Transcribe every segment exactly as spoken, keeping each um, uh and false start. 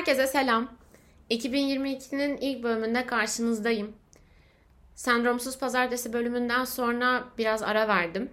Herkese selam. iki bin yirmi ikinin ilk bölümünde karşınızdayım. Sendromsuz Pazartesi bölümünden sonra biraz ara verdim.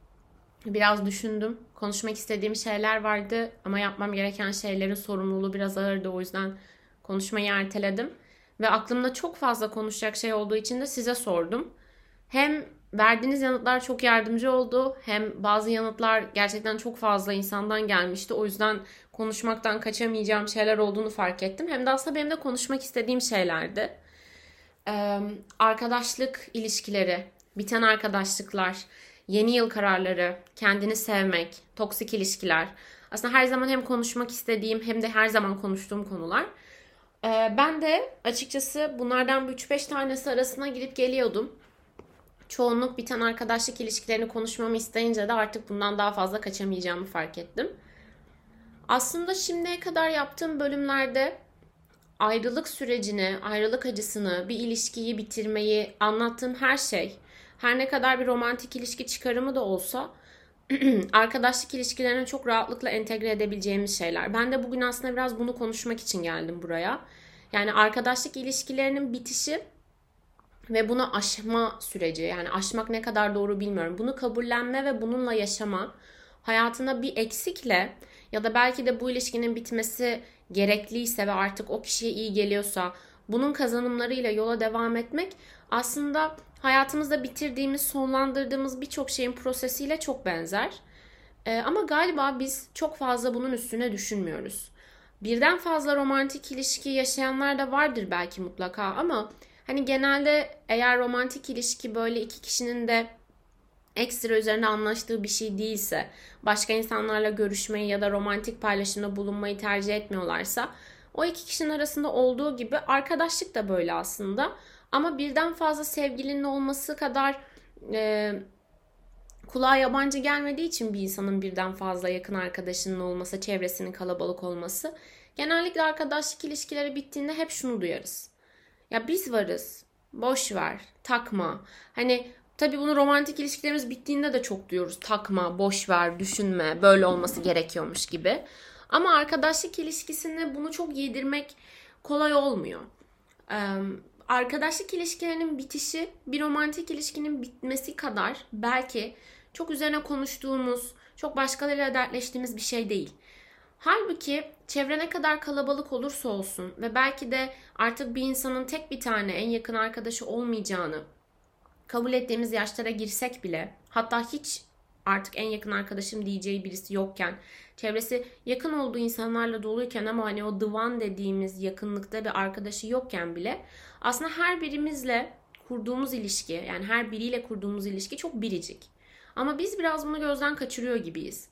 Biraz düşündüm. Konuşmak istediğim şeyler vardı ama yapmam gereken şeylerin sorumluluğu biraz ağırdı. O yüzden konuşmayı erteledim. Ve aklımda çok fazla konuşacak şey olduğu için de size sordum. Hem verdiğiniz yanıtlar çok yardımcı oldu. Hem bazı yanıtlar gerçekten çok fazla insandan gelmişti. O yüzden konuşmaktan kaçamayacağım şeyler olduğunu fark ettim. Hem de aslında benim de konuşmak istediğim şeylerdi. Ee, arkadaşlık ilişkileri, biten arkadaşlıklar, yeni yıl kararları, kendini sevmek, toksik ilişkiler. Aslında her zaman hem konuşmak istediğim hem de her zaman konuştuğum konular. Ee, ben de açıkçası bunlardan üç beş tanesi arasına gidip geliyordum. Çoğunluk biten arkadaşlık ilişkilerini konuşmamı isteyince de artık bundan daha fazla kaçamayacağımı fark ettim. Aslında şimdiye kadar yaptığım bölümlerde ayrılık sürecini, ayrılık acısını, bir ilişkiyi bitirmeyi anlattığım her şey, her ne kadar bir romantik ilişki çıkarımı da olsa arkadaşlık ilişkilerine çok rahatlıkla entegre edebileceğimiz şeyler. Ben de bugün aslında biraz bunu konuşmak için geldim buraya. Yani arkadaşlık ilişkilerinin bitişi ve bunu aşma süreci, yani aşmak ne kadar doğru bilmiyorum. Bunu kabullenme ve bununla yaşama, hayatında bir eksikle ya da belki de bu ilişkinin bitmesi gerekliyse ve artık o kişiye iyi geliyorsa bunun kazanımlarıyla yola devam etmek aslında hayatımızda bitirdiğimiz, sonlandırdığımız birçok şeyin prosesiyle çok benzer. Ee, ama galiba biz çok fazla bunun üstüne düşünmüyoruz. Birden fazla romantik ilişki yaşayanlar da vardır belki mutlaka ama hani genelde eğer romantik ilişki böyle iki kişinin de ekstra üzerine anlaştığı bir şey değilse, başka insanlarla görüşmeyi ya da romantik paylaşımda bulunmayı tercih etmiyorlarsa, o iki kişinin arasında olduğu gibi arkadaşlık da böyle aslında. Ama birden fazla sevgilinin olması kadar e, kulağa yabancı gelmediği için bir insanın birden fazla yakın arkadaşının olması, çevresinin kalabalık olması, genellikle arkadaşlık ilişkileri bittiğinde hep şunu duyarız. Ya biz varız, boş ver, takma. Hani tabii bunu romantik ilişkilerimiz bittiğinde de çok duyuyoruz. Takma, boş ver, düşünme, böyle olması gerekiyormuş gibi. Ama arkadaşlık ilişkisinde bunu çok yedirmek kolay olmuyor. Ee, arkadaşlık ilişkilerinin bitişi bir romantik ilişkinin bitmesi kadar belki çok üzerine konuştuğumuz, çok başkalarıyla dertleştiğimiz bir şey değil. Halbuki çevre ne kadar kalabalık olursa olsun ve belki de artık bir insanın tek bir tane en yakın arkadaşı olmayacağını kabul ettiğimiz yaşlara girsek bile, hatta hiç artık en yakın arkadaşım diyeceği birisi yokken, çevresi yakın olduğu insanlarla doluyken ama hani o the one dediğimiz yakınlıkta bir arkadaşı yokken bile aslında her birimizle kurduğumuz ilişki, yani her biriyle kurduğumuz ilişki çok biricik. Ama biz biraz bunu gözden kaçırıyor gibiyiz.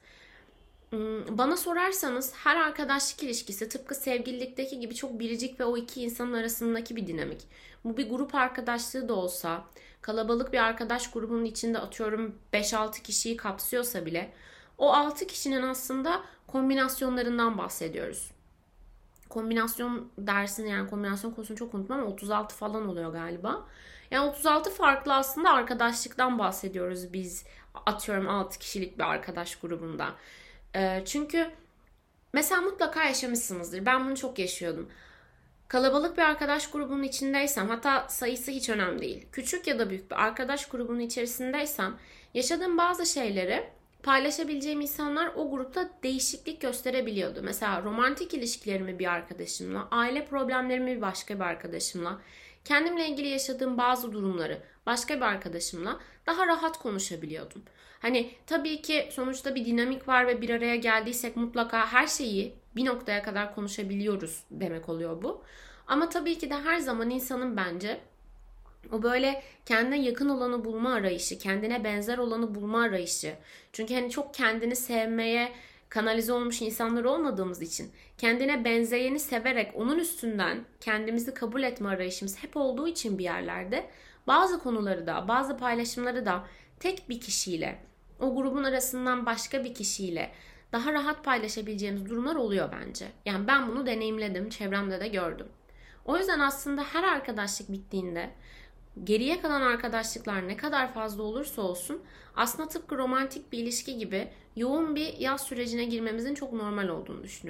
Bana sorarsanız her arkadaşlık ilişkisi tıpkı sevgililikteki gibi çok biricik ve o iki insanın arasındaki bir dinamik. Bu bir grup arkadaşlığı da olsa, kalabalık bir arkadaş grubunun içinde atıyorum beş altı kişiyi kapsıyorsa bile o altı kişinin aslında kombinasyonlarından bahsediyoruz. Kombinasyon dersini, yani kombinasyon konusunu çok unutmam ama otuz altı falan oluyor galiba. Yani otuz altı farklı aslında arkadaşlıktan bahsediyoruz biz, atıyorum altı kişilik bir arkadaş grubunda. Çünkü mesela mutlaka yaşamışsınızdır. Ben bunu çok yaşıyordum. Kalabalık bir arkadaş grubunun içindeysem, hatta sayısı hiç önemli değil, küçük ya da büyük bir arkadaş grubunun içerisindeysem yaşadığım bazı şeyleri paylaşabileceğim insanlar o grupta değişiklik gösterebiliyordu. Mesela romantik ilişkilerimi bir arkadaşımla, aile problemlerimi bir başka bir arkadaşımla, kendimle ilgili yaşadığım bazı durumları başka bir arkadaşımla daha rahat konuşabiliyordum. Hani tabii ki sonuçta bir dinamik var ve bir araya geldiysek mutlaka her şeyi bir noktaya kadar konuşabiliyoruz demek oluyor bu. Ama tabii ki de her zaman insanın bence o böyle kendine yakın olanı bulma arayışı, kendine benzer olanı bulma arayışı. Çünkü hani çok kendini sevmeye kanalize olmuş insanlar olmadığımız için kendine benzeyeni severek onun üstünden kendimizi kabul etme arayışımız hep olduğu için bir yerlerde bazı konuları da, bazı paylaşımları da tek bir kişiyle, o grubun arasından başka bir kişiyle daha rahat paylaşabileceğimiz durumlar oluyor bence. Yani ben bunu deneyimledim, çevremde de gördüm. O yüzden aslında her arkadaşlık bittiğinde geriye kalan arkadaşlıklar ne kadar fazla olursa olsun aslında tıpkı romantik bir ilişki gibi yoğun bir yaz sürecine girmemizin çok normal olduğunu düşünüyorum.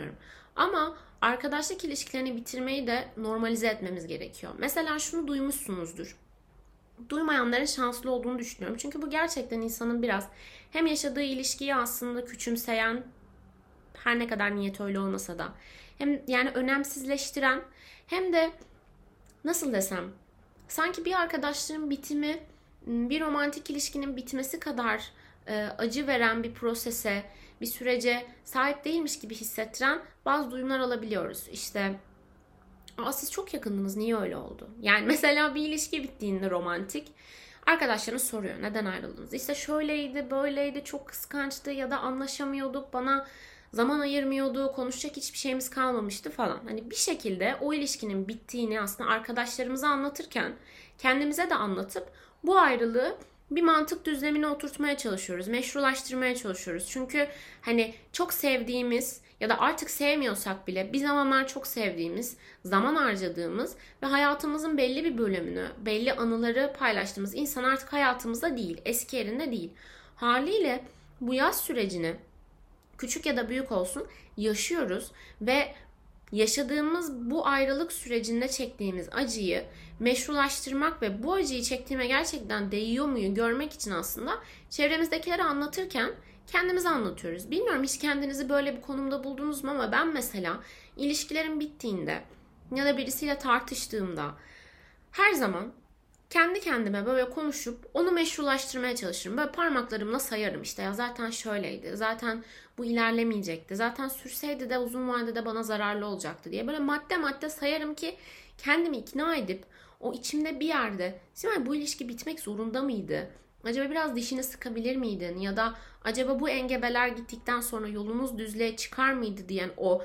Ama arkadaşlık ilişkilerini bitirmeyi de normalize etmemiz gerekiyor. Mesela şunu duymuşsunuzdur. Duymayanların şanslı olduğunu düşünüyorum. Çünkü bu gerçekten insanın biraz hem yaşadığı ilişkiyi aslında küçümseyen, her ne kadar niyet öyle olmasa da, hem yani önemsizleştiren, hem de nasıl desem, sanki bir arkadaşlığın bitimi bir romantik ilişkinin bitmesi kadar e, acı veren bir prosese, bir sürece sahip değilmiş gibi hissettiren bazı duyumlar alabiliyoruz. İşte, aa, siz çok yakındınız, niye öyle oldu? Yani mesela bir ilişki bittiğinde romantik, arkadaşlarınız soruyor neden ayrıldınız? İşte şöyleydi, böyleydi, çok kıskançtı ya da anlaşamıyorduk, bana zaman ayırmıyordu, konuşacak hiçbir şeyimiz kalmamıştı falan. Hani bir şekilde o ilişkinin bittiğini aslında arkadaşlarımıza anlatırken kendimize de anlatıp bu ayrılığı bir mantık düzlemine oturtmaya çalışıyoruz. Meşrulaştırmaya çalışıyoruz. Çünkü hani çok sevdiğimiz ya da artık sevmiyorsak bile bir zamanlar çok sevdiğimiz, zaman harcadığımız ve hayatımızın belli bir bölümünü, belli anıları paylaştığımız insan artık hayatımızda değil, eski yerinde değil. Haliyle bu yaz sürecini küçük ya da büyük olsun yaşıyoruz ve yaşadığımız bu ayrılık sürecinde çektiğimiz acıyı meşrulaştırmak ve bu acıyı çektiğime gerçekten değiyor muyu görmek için aslında çevremizdekilere anlatırken kendimize anlatıyoruz. Bilmiyorum hiç kendinizi böyle bir konumda buldunuz mu ama ben mesela ilişkilerim bittiğinde ya da birisiyle tartıştığımda her zaman kendi kendime böyle konuşup onu meşrulaştırmaya çalışırım. Böyle parmaklarımla sayarım, işte ya zaten şöyleydi, zaten bu ilerlemeyecekti, zaten sürseydi de uzun vadede bana zararlı olacaktı diye böyle madde madde sayarım ki kendimi ikna edip o içimde bir yerde Simay bu ilişki bitmek zorunda mıydı? Acaba biraz dişini sıkabilir miydin? Ya da acaba bu engebeler gittikten sonra yolunuz düzlüğe çıkar mıydı diyen o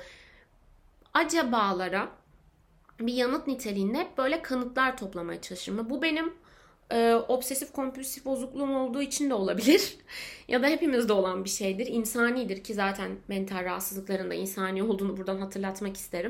acabalara bir yanıt niteliğinde hep böyle kanıtlar toplamaya çalışırım. Bu benim e, obsesif kompulsif bozukluğum olduğu için de olabilir. Ya da hepimizde olan bir şeydir. İnsanidir ki zaten mental rahatsızlıkların da insani olduğunu buradan hatırlatmak isterim.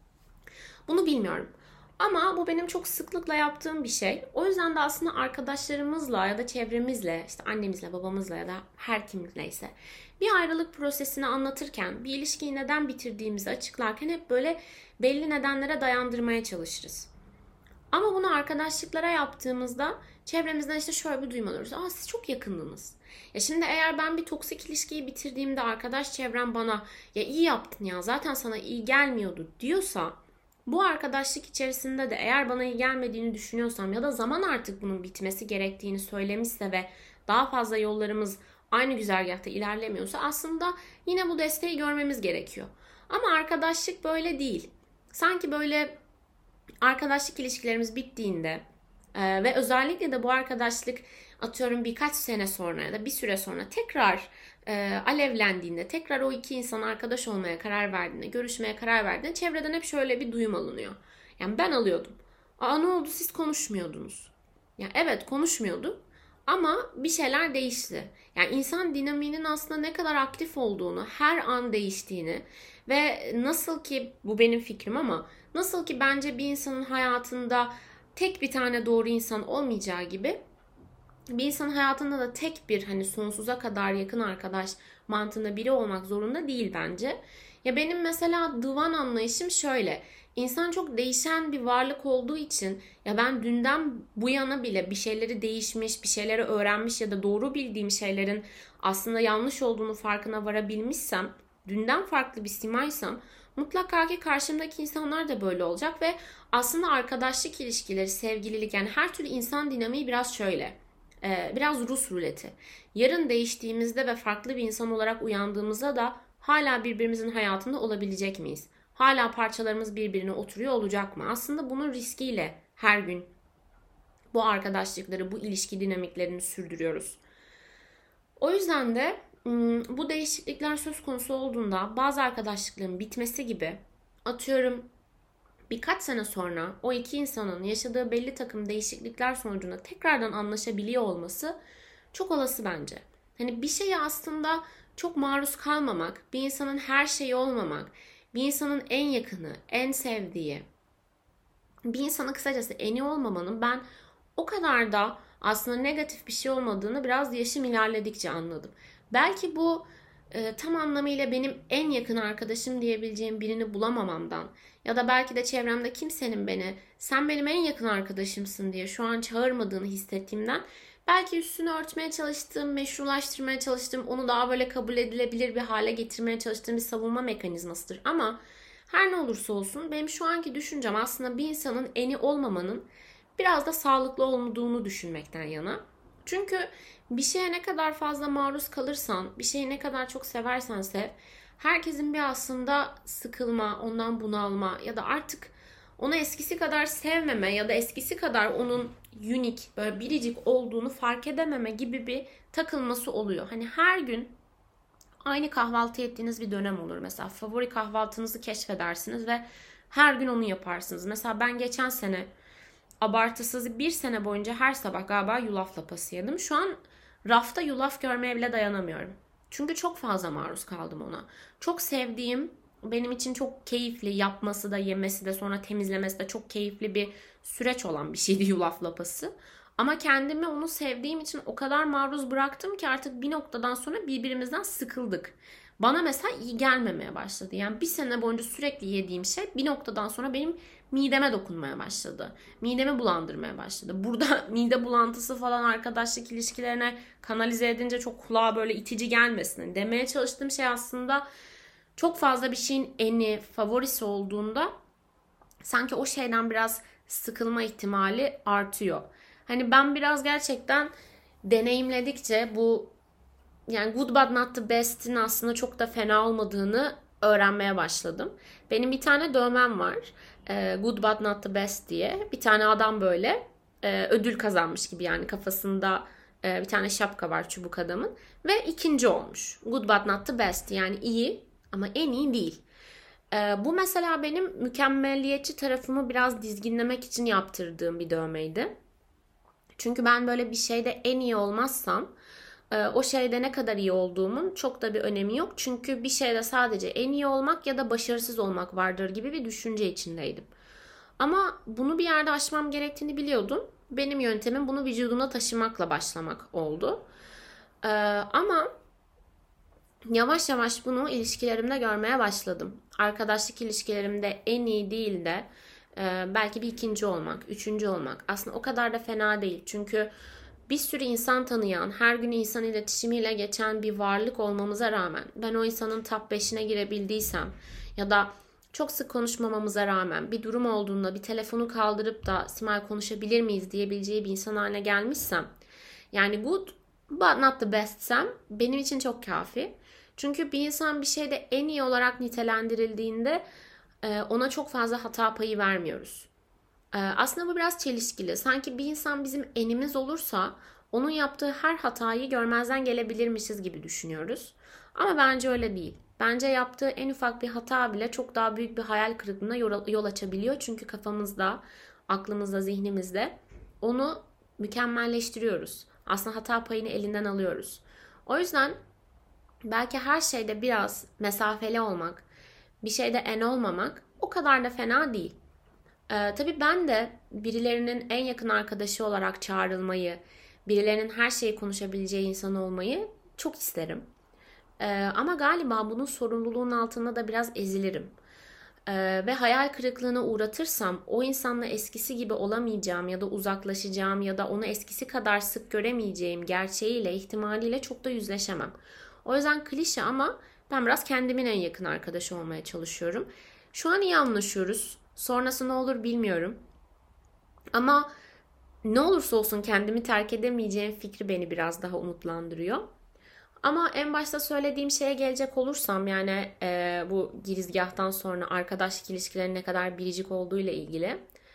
Bunu bilmiyorum. Ama bu benim çok sıklıkla yaptığım bir şey. O yüzden de aslında arkadaşlarımızla ya da çevremizle, işte annemizle, babamızla ya da her kimleyse bir ayrılık prosesini anlatırken, bir ilişkiyi neden bitirdiğimizi açıklarken hep böyle belli nedenlere dayandırmaya çalışırız. Ama bunu arkadaşlıklara yaptığımızda çevremizden işte şöyle bir duyum alıyoruz. Aa, siz çok yakındınız. Ya şimdi eğer ben bir toksik ilişkiyi bitirdiğimde arkadaş çevrem bana ya iyi yaptın ya zaten sana iyi gelmiyordu diyorsa, bu arkadaşlık içerisinde de eğer bana iyi gelmediğini düşünüyorsam ya da zaman artık bunun bitmesi gerektiğini söylemişse ve daha fazla yollarımız aynı güzergahta ilerlemiyorsa aslında yine bu desteği görmemiz gerekiyor. Ama arkadaşlık böyle değil. Sanki böyle arkadaşlık ilişkilerimiz bittiğinde e, ve özellikle de bu arkadaşlık atıyorum birkaç sene sonra ya da bir süre sonra tekrar e, alevlendiğinde, tekrar o iki insan arkadaş olmaya karar verdiğinde, görüşmeye karar verdiğinde çevreden hep şöyle bir duyum alınıyor. Yani ben alıyordum. Aa, ne oldu, siz konuşmuyordunuz. Ya evet, konuşmuyorduk ama bir şeyler değişti. Yani insan dinamiğinin aslında ne kadar aktif olduğunu, her an değiştiğini ve nasıl ki, bu benim fikrim ama nasıl ki bence bir insanın hayatında tek bir tane doğru insan olmayacağı gibi bir insanın hayatında da tek bir hani sonsuza kadar yakın arkadaş mantığında biri olmak zorunda değil bence. Ya benim mesela divan anlayışım şöyle. İnsan çok değişen bir varlık olduğu için ya ben dünden bu yana bile bir şeyleri değişmiş, bir şeyleri öğrenmiş ya da doğru bildiğim şeylerin aslında yanlış olduğunu farkına varabilmişsem, dünden farklı bir simaysam mutlaka ki karşımdaki insanlar da böyle olacak ve aslında arkadaşlık ilişkileri, sevgililik, yani her türlü insan dinamiği biraz şöyle. Biraz Rus ruleti. Yarın değiştiğimizde ve farklı bir insan olarak uyandığımızda da hala birbirimizin hayatında olabilecek miyiz? Hala parçalarımız birbirine oturuyor olacak mı? Aslında bunun riskiyle her gün bu arkadaşlıkları, bu ilişki dinamiklerini sürdürüyoruz. O yüzden de bu değişiklikler söz konusu olduğunda bazı arkadaşlıkların bitmesi gibi, atıyorum birkaç sene sonra o iki insanın yaşadığı belli takım değişiklikler sonucunda tekrardan anlaşabiliyor olması çok olası bence. Hani bir şeye aslında çok maruz kalmamak, bir insanın her şeyi olmamak, bir insanın en yakını, en sevdiği, bir insanın kısacası eni olmamanın ben o kadar da aslında negatif bir şey olmadığını biraz yaşım ilerledikçe anladım. Belki bu e, tam anlamıyla benim en yakın arkadaşım diyebileceğim birini bulamamamdan ya da belki de çevremde kimsenin beni sen benim en yakın arkadaşımsın diye şu an çağırmadığını hissettiğimden belki üstünü örtmeye çalıştığım, meşrulaştırmaya çalıştığım, onu daha böyle kabul edilebilir bir hale getirmeye çalıştığım bir savunma mekanizmasıdır. Ama her ne olursa olsun benim şu anki düşüncem aslında bir insanın eni olmamanın biraz da sağlıklı olduğunu düşünmekten yana. Çünkü bir şeye ne kadar fazla maruz kalırsan, bir şeyi ne kadar çok seversen sev, herkesin bir aslında sıkılma, ondan bunalma ya da artık onu eskisi kadar sevmeme ya da eskisi kadar onun unique, böyle biricik olduğunu fark edememe gibi bir takılması oluyor. Hani her gün aynı kahvaltı ettiğiniz bir dönem olur. Mesela favori kahvaltınızı keşfedersiniz ve her gün onu yaparsınız. Mesela ben geçen sene abartısız bir sene boyunca her sabah galiba yulaf lapası yedim. Şu an rafta yulaf görmeye bile dayanamıyorum. Çünkü çok fazla maruz kaldım ona. Çok sevdiğim, benim için çok keyifli, yapması da yemesi de sonra temizlemesi de çok keyifli bir süreç olan bir şeydi yulaf lapası. Ama kendimi onu sevdiğim için o kadar maruz bıraktım ki artık bir noktadan sonra birbirimizden sıkıldık. Bana mesela iyi gelmemeye başladı. Yani bir sene boyunca sürekli yediğim şey bir noktadan sonra benim mideme dokunmaya başladı. Midemi bulandırmaya başladı. Burada mide bulantısı falan arkadaşlık ilişkilerine kanalize edince çok kulağa böyle itici gelmesin. Demeye çalıştığım şey aslında çok fazla bir şeyin eni, favorisi olduğunda sanki o şeyden biraz sıkılma ihtimali artıyor. Hani ben biraz gerçekten deneyimledikçe bu yani good but not the best'in aslında çok da fena olmadığını öğrenmeye başladım. Benim bir tane dövmem var. Good but not the best diye. Bir tane adam böyle ödül kazanmış gibi, yani kafasında bir tane şapka var çubuk adamın. Ve ikinci olmuş. Good but not the best, yani iyi ama en iyi değil. Bu mesela benim mükemmelliyetçi tarafımı biraz dizginlemek için yaptırdığım bir dövmeydi. Çünkü ben böyle bir şeyde en iyi olmazsam o şeyde ne kadar iyi olduğumun çok da bir önemi yok. Çünkü bir şeyde sadece en iyi olmak ya da başarısız olmak vardır gibi bir düşünce içindeydim. Ama bunu bir yerde aşmam gerektiğini biliyordum. Benim yöntemim bunu vücudumda taşımakla başlamak oldu. Ama yavaş yavaş bunu ilişkilerimde görmeye başladım. Arkadaşlık ilişkilerimde en iyi değil de belki bir ikinci olmak, üçüncü olmak aslında o kadar da fena değil. Çünkü bir sürü insan tanıyan, her gün insan iletişimiyle geçen bir varlık olmamıza rağmen ben o insanın top beşine girebildiysem ya da çok sık konuşmamamıza rağmen bir durum olduğunda bir telefonu kaldırıp da Simay konuşabilir miyiz diyebileceği bir insan haline gelmişsem, yani good but not the bestsem benim için çok kafi. Çünkü bir insan bir şeyde en iyi olarak nitelendirildiğinde ona çok fazla hata payı vermiyoruz. Aslında bu biraz çelişkili. Sanki bir insan bizim enimiz olursa onun yaptığı her hatayı görmezden gelebilirmişiz gibi düşünüyoruz. Ama bence öyle değil. Bence yaptığı en ufak bir hata bile çok daha büyük bir hayal kırıklığına yol açabiliyor. Çünkü kafamızda, aklımızda, zihnimizde onu mükemmelleştiriyoruz. Aslında hata payını elinden alıyoruz. O yüzden belki her şeyde biraz mesafeli olmak, bir şeyde en olmamak o kadar da fena değil. Ee, tabii ben de birilerinin en yakın arkadaşı olarak çağrılmayı, birilerinin her şeyi konuşabileceği insan olmayı çok isterim. Ee, ama galiba bunun sorumluluğunun altında da biraz ezilirim. Ee, ve hayal kırıklığına uğratırsam o insanla eskisi gibi olamayacağım ya da uzaklaşacağım ya da onu eskisi kadar sık göremeyeceğim gerçeğiyle, ihtimaliyle çok da yüzleşemem. O yüzden klişe ama ben biraz kendimin en yakın arkadaşı olmaya çalışıyorum. Şu an iyi anlaşıyoruz. Sonrası ne olur bilmiyorum. Ama ne olursa olsun kendimi terk edemeyeceğim fikri beni biraz daha umutlandırıyor. Ama en başta söylediğim şeye gelecek olursam, yani e, bu girizgahtan sonra arkadaşlık ilişkilerinin ne kadar biricik olduğuyla ilgili.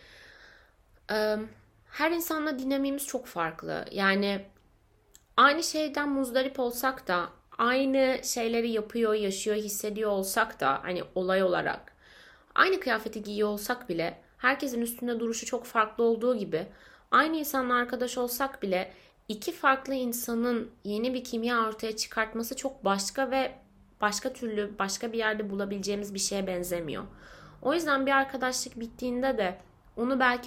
E, her insanla dinamiğimiz çok farklı. Yani aynı şeyden muzdarip olsak da, aynı şeyleri yapıyor, yaşıyor, hissediyor olsak da, hani olay olarak aynı kıyafeti giyiyor olsak bile, herkesin üstünde duruşu çok farklı olduğu gibi, aynı insanla arkadaş olsak bile iki farklı insanın yeni bir kimya ortaya çıkartması çok başka ve başka türlü, başka bir yerde bulabileceğimiz bir şeye benzemiyor. O yüzden bir arkadaşlık bittiğinde de onu belki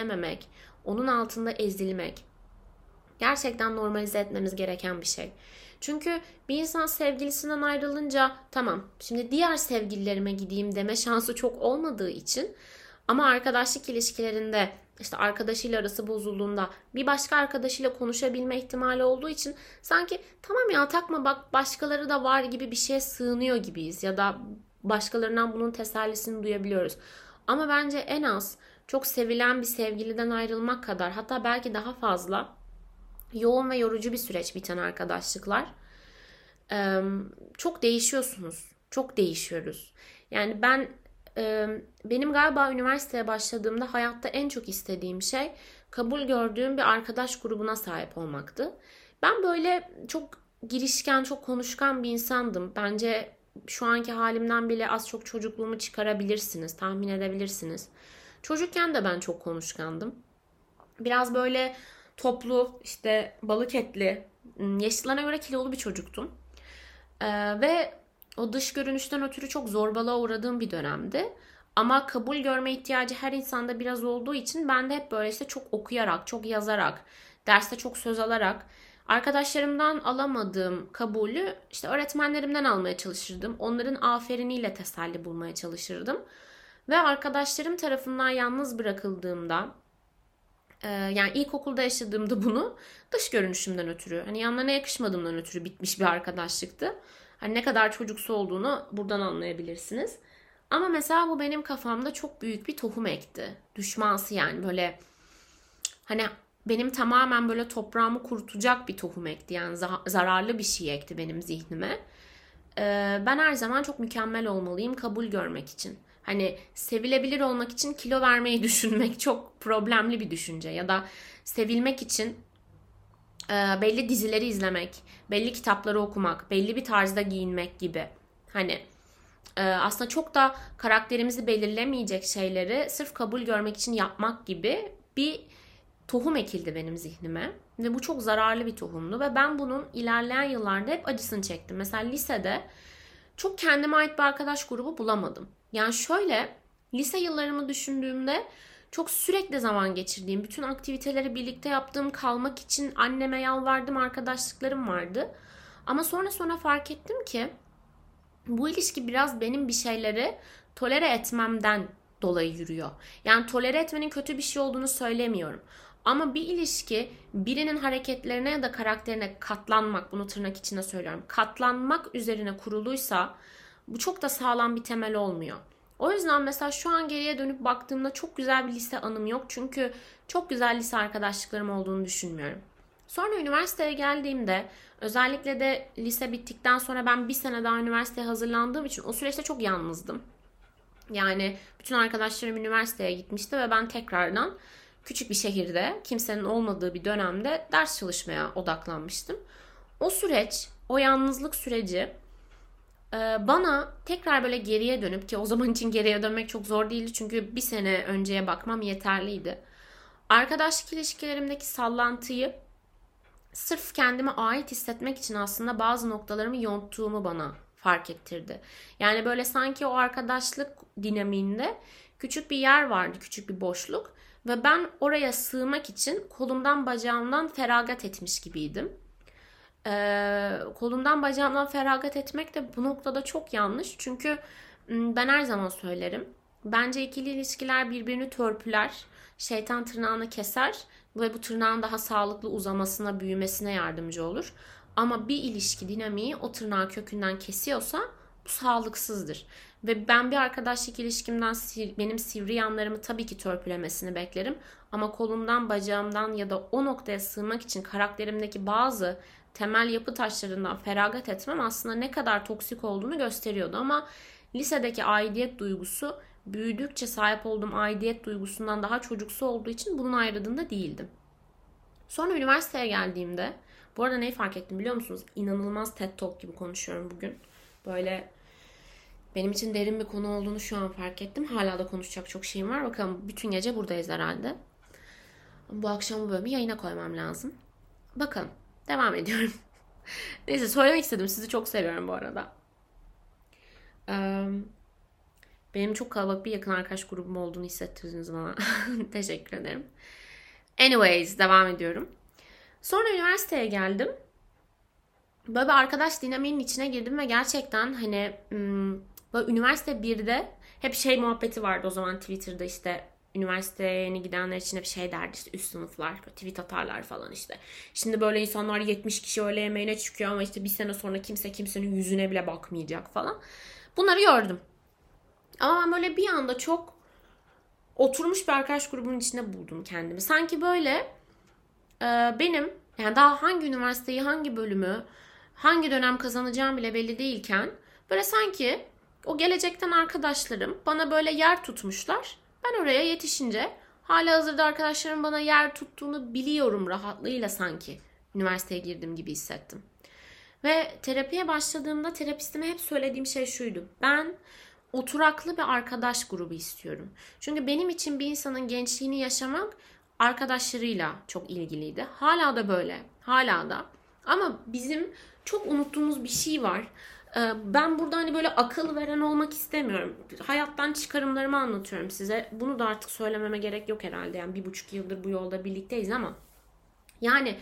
prosesleyememek, onun altında ezilmek gerçekten normalize etmemiz gereken bir şey. Çünkü bir insan sevgilisinden ayrılınca tamam şimdi diğer sevgililerime gideyim deme şansı çok olmadığı için, ama arkadaşlık ilişkilerinde işte arkadaşıyla arası bozulduğunda bir başka arkadaşıyla konuşabilme ihtimali olduğu için sanki tamam ya takma bak başkaları da var gibi bir şeye sığınıyor gibiyiz ya da başkalarından bunun tesellisini duyabiliyoruz. Ama bence en az çok sevilen bir sevgiliden ayrılmak kadar, hatta belki daha fazla yoğun ve yorucu bir süreç biten arkadaşlıklar. Ee, çok değişiyorsunuz. Çok değişiyoruz. Yani ben e, benim galiba üniversiteye başladığımda hayatta en çok istediğim şey kabul gördüğüm bir arkadaş grubuna sahip olmaktı. Ben böyle çok girişken, çok konuşkan bir insandım. Bence şu anki halimden bile az çok çocukluğumu çıkarabilirsiniz, tahmin edebilirsiniz. Çocukken de ben çok konuşkandım. Biraz böyle toplu, işte balık etli, yaşlılarına göre kilolu bir çocuktum. Ee, ve o dış görünüşten ötürü çok zorbalığa uğradığım bir dönemdi. Ama kabul görme ihtiyacı her insanda biraz olduğu için ben de hep böyle işte çok okuyarak, çok yazarak, derste çok söz alarak, arkadaşlarımdan alamadığım kabulü işte öğretmenlerimden almaya çalışırdım. Onların aferiniyle teselli bulmaya çalışırdım. Ve arkadaşlarım tarafından yalnız bırakıldığımda, e, yani ilkokulda yaşadığımda bunu dış görünüşümden ötürü, hani yanlarına yakışmadığımdan ötürü bitmiş bir arkadaşlıktı. Hani ne kadar çocuksu olduğunu buradan anlayabilirsiniz. Ama mesela bu benim kafamda çok büyük bir tohum ekti. Düşmansı yani böyle hani benim tamamen böyle toprağımı kurutacak bir tohum ekti. Yani zararlı bir şey ekti benim zihnime. Ee, ben her zaman çok mükemmel olmalıyım kabul görmek için. Hani sevilebilir olmak için kilo vermeyi düşünmek çok problemli bir düşünce. Ya da sevilmek için e, belli dizileri izlemek, belli kitapları okumak, belli bir tarzda giyinmek gibi. Hani e, aslında çok da karakterimizi belirlemeyecek şeyleri sırf kabul görmek için yapmak gibi bir tohum ekildi benim zihnime. Ve bu çok zararlı bir tohumdu ve ben bunun ilerleyen yıllarda hep acısını çektim. Mesela lisede çok kendime ait bir arkadaş grubu bulamadım. Yani şöyle, lise yıllarımı düşündüğümde çok sürekli zaman geçirdiğim, bütün aktiviteleri birlikte yaptığım, kalmak için anneme yalvardım, arkadaşlıklarım vardı. Ama sonra sonra fark ettim ki bu ilişki biraz benim bir şeyleri tolere etmemden dolayı yürüyor. Yani tolere etmenin kötü bir şey olduğunu söylemiyorum. Ama bir ilişki birinin hareketlerine ya da karakterine katlanmak, bunu tırnak içinde söylüyorum, katlanmak üzerine kuruluysa bu çok da sağlam bir temel olmuyor. O yüzden mesela şu an geriye dönüp baktığımda çok güzel bir lise anım yok. Çünkü çok güzel lise arkadaşlıklarım olduğunu düşünmüyorum. Sonra üniversiteye geldiğimde, özellikle de lise bittikten sonra ben bir sene daha üniversiteye hazırlandığım için o süreçte çok yalnızdım. Yani bütün arkadaşlarım üniversiteye gitmişti ve ben tekrardan küçük bir şehirde, kimsenin olmadığı bir dönemde ders çalışmaya odaklanmıştım. O süreç, o yalnızlık süreci bana tekrar böyle geriye dönüp, ki o zaman için geriye dönmek çok zor değildi çünkü bir sene önceye bakmam yeterliydi. Arkadaşlık ilişkilerimdeki sallantıyı sırf kendime ait hissetmek için aslında bazı noktalarımı yonttuğumu bana fark ettirdi. Yani böyle sanki o arkadaşlık dinamiğinde küçük bir yer vardı, küçük bir boşluk ve ben oraya sığmak için kolumdan bacağımdan feragat etmiş gibiydim. Ee, kolumdan bacağımdan feragat etmek de bu noktada çok yanlış. Çünkü ben her zaman söylerim. Bence ikili ilişkiler birbirini törpüler, şeytan tırnağını keser ve bu tırnağın daha sağlıklı uzamasına, büyümesine yardımcı olur. Ama bir ilişki dinamiği o tırnağı kökünden kesiyorsa bu sağlıksızdır. Ve ben bir arkadaşlık ilişkimden benim sivri yanlarımı tabii ki törpülemesini beklerim. Ama kolumdan, bacağımdan ya da o noktaya sığmak için karakterimdeki bazı temel yapı taşlarından feragat etmem aslında ne kadar toksik olduğunu gösteriyordu. Ama lisedeki aidiyet duygusu büyüdükçe sahip olduğum aidiyet duygusundan daha çocuksu olduğu için bunun ayrıldığında değildim. Sonra üniversiteye geldiğimde, bu arada neyi fark ettim biliyor musunuz? İnanılmaz TED Talk gibi konuşuyorum bugün. Böyle benim için derin bir konu olduğunu şu an fark ettim. Hala da konuşacak çok şeyim var. Bakalım bütün gece buradayız herhalde. Bu akşam bu bölümü yayına koymam lazım. Bakalım. Devam ediyorum. Neyse söylemek istedim. Sizi çok seviyorum bu arada. Ee, benim çok kalabalık bir yakın arkadaş grubum olduğunu hissettirdiniz bana. Teşekkür ederim. Anyways devam ediyorum. Sonra üniversiteye geldim. Böyle bir arkadaş dinamiğinin içine girdim ve gerçekten hani böyle üniversite birde hep şey muhabbeti vardı o zaman Twitter'da, işte üniversiteye yeni gidenler için hep şey derdi, işte üst sınıflar tweet atarlar falan işte. Şimdi böyle insanlar yetmiş kişi öğle yemeğine çıkıyor ama işte bir sene sonra kimse kimsenin yüzüne bile bakmayacak falan. Bunları gördüm. Ama ben böyle bir anda çok oturmuş bir arkadaş grubunun içinde buldum kendimi. Sanki böyle e, benim yani daha hangi üniversiteyi, hangi bölümü, hangi dönem kazanacağım bile belli değilken böyle sanki o gelecekten arkadaşlarım bana böyle yer tutmuşlar. Ben oraya yetişince halihazırda arkadaşlarım bana yer tuttuğunu biliyorum rahatlığıyla, sanki üniversiteye girdim gibi hissettim. Ve terapiye başladığımda terapistime hep söylediğim şey şuydu: ben oturaklı bir arkadaş grubu istiyorum. Çünkü benim için bir insanın gençliğini yaşamak arkadaşlarıyla çok ilgiliydi. Hala da böyle. Hala da. Ama bizim çok unuttuğumuz bir şey var. Ben burada hani böyle akıl veren olmak istemiyorum. Hayattan çıkarımlarımı anlatıyorum size. Bunu da artık söylememe gerek yok herhalde. Yani bir buçuk yıldır bu yolda birlikteyiz ama yani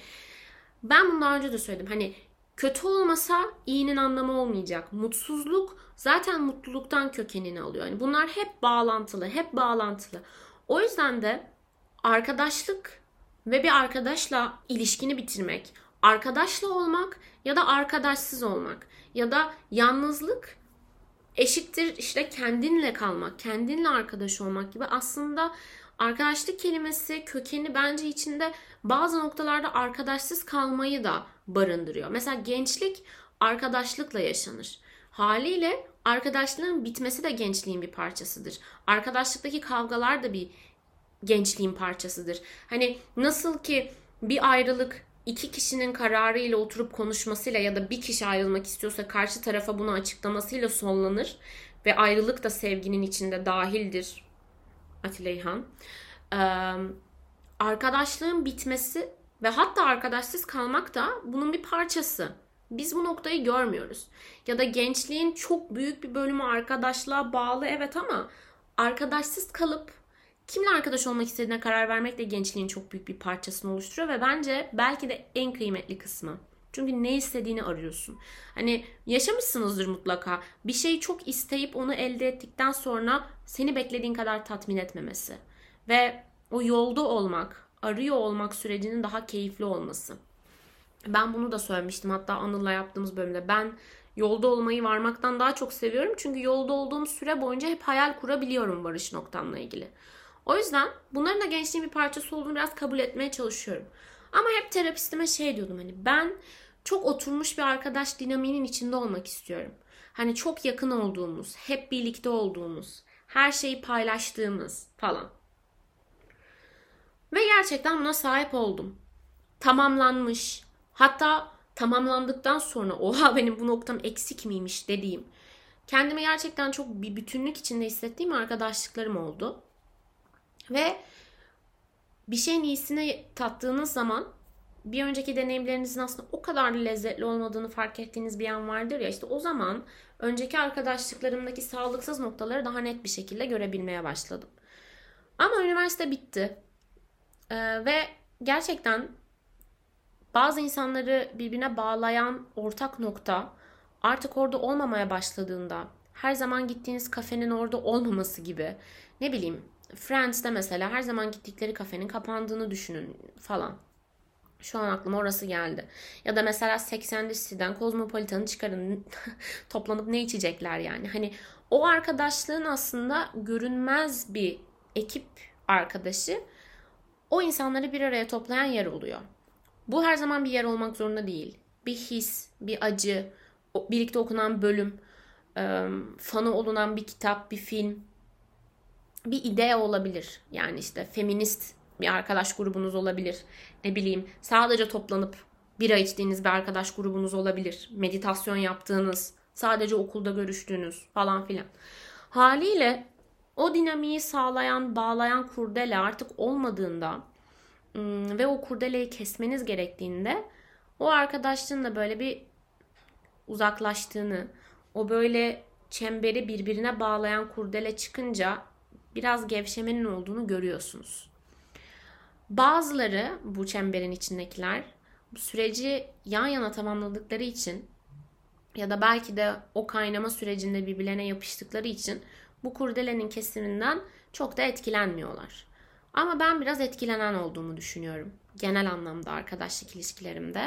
ben bunu daha önce de söyledim. Hani kötü olmasa iyinin anlamı olmayacak. Mutsuzluk zaten mutluluktan kökenini alıyor. Yani bunlar hep bağlantılı, hep bağlantılı. O yüzden de arkadaşlık ve bir arkadaşla ilişkini bitirmek, arkadaşla olmak ya da arkadaşsız olmak ya da yalnızlık eşittir işte kendinle kalmak, kendinle arkadaş olmak gibi. Aslında arkadaşlık kelimesi kökeni bence içinde bazı noktalarda arkadaşsız kalmayı da barındırıyor. Mesela gençlik arkadaşlıkla yaşanır. Haliyle arkadaşlığın bitmesi de gençliğin bir parçasıdır. Arkadaşlıktaki kavgalar da bir gençliğin parçasıdır. Hani nasıl ki bir ayrılık iki kişinin kararıyla oturup konuşmasıyla ya da bir kişi ayrılmak istiyorsa karşı tarafa bunu açıklamasıyla sonlanır ve ayrılık da sevginin içinde dahildir. Atilla İlhan. Ee, arkadaşlığın bitmesi ve hatta arkadaşsız kalmak da bunun bir parçası. Biz bu noktayı görmüyoruz. Ya da gençliğin çok büyük bir bölümü arkadaşlığa bağlı, evet, ama arkadaşsız kalıp kimle arkadaş olmak istediğine karar vermek de gençliğin çok büyük bir parçasını oluşturuyor ve bence belki de en kıymetli kısmı. Çünkü ne istediğini arıyorsun. Hani yaşamışsınızdır mutlaka. Bir şeyi çok isteyip onu elde ettikten sonra seni beklediğin kadar tatmin etmemesi. Ve o yolda olmak, arıyor olmak sürecinin daha keyifli olması. Ben bunu da söylemiştim hatta Anıl'la yaptığımız bölümde. Ben yolda olmayı varmaktan daha çok seviyorum. Çünkü yolda olduğum süre boyunca hep hayal kurabiliyorum varış noktamla ilgili. O yüzden bunların da gençliğin bir parçası olduğunu biraz kabul etmeye çalışıyorum. Ama hep terapistime şey diyordum, hani ben çok oturmuş bir arkadaş dinamiğinin içinde olmak istiyorum. Hani çok yakın olduğumuz, hep birlikte olduğumuz, her şeyi paylaştığımız falan. Ve gerçekten buna sahip oldum. Tamamlanmış, hatta tamamlandıktan sonra oha benim bu noktam eksik miymiş dediğim, kendimi gerçekten çok bir bütünlük içinde hissettiğim arkadaşlıklarım oldu. Ve bir şeyin iyisini tattığınız zaman bir önceki deneyimlerinizin aslında o kadar lezzetli olmadığını fark ettiğiniz bir an vardır ya, işte o zaman önceki arkadaşlıklarımdaki sağlıksız noktaları daha net bir şekilde görebilmeye başladım. Ama üniversite bitti. Ee, ve gerçekten bazı insanları birbirine bağlayan ortak nokta artık orada olmamaya başladığında, her zaman gittiğiniz kafenin orada olmaması gibi, ne bileyim Friends'te mesela her zaman gittikleri kafenin kapandığını düşünün falan. Şu an aklıma orası geldi. Ya da mesela Sex and the City'den Cosmopolitan'ı çıkarın toplanıp ne içecekler yani. Hani o arkadaşlığın aslında görünmez bir ekip arkadaşı o insanları bir araya toplayan yer oluyor. Bu her zaman bir yer olmak zorunda değil. Bir his, bir acı, birlikte okunan bölüm, fanı olunan bir kitap, bir film, bir idea olabilir. Yani işte feminist bir arkadaş grubunuz olabilir. Ne bileyim sadece toplanıp bira içtiğiniz bir arkadaş grubunuz olabilir. Meditasyon yaptığınız, sadece okulda görüştüğünüz falan filan. Haliyle o dinamiği sağlayan, bağlayan kurdele artık olmadığında ve o kurdeleyi kesmeniz gerektiğinde o arkadaşlığın da böyle bir uzaklaştığını, o böyle çemberi birbirine bağlayan kurdele çıkınca biraz gevşemenin olduğunu görüyorsunuz. Bazıları, bu çemberin içindekiler, bu süreci yan yana tamamladıkları için ya da belki de o kaynama sürecinde birbirlerine yapıştıkları için bu kurdelenin kesiminden çok da etkilenmiyorlar. Ama ben biraz etkilenen olduğumu düşünüyorum. Genel anlamda arkadaşlık ilişkilerimde.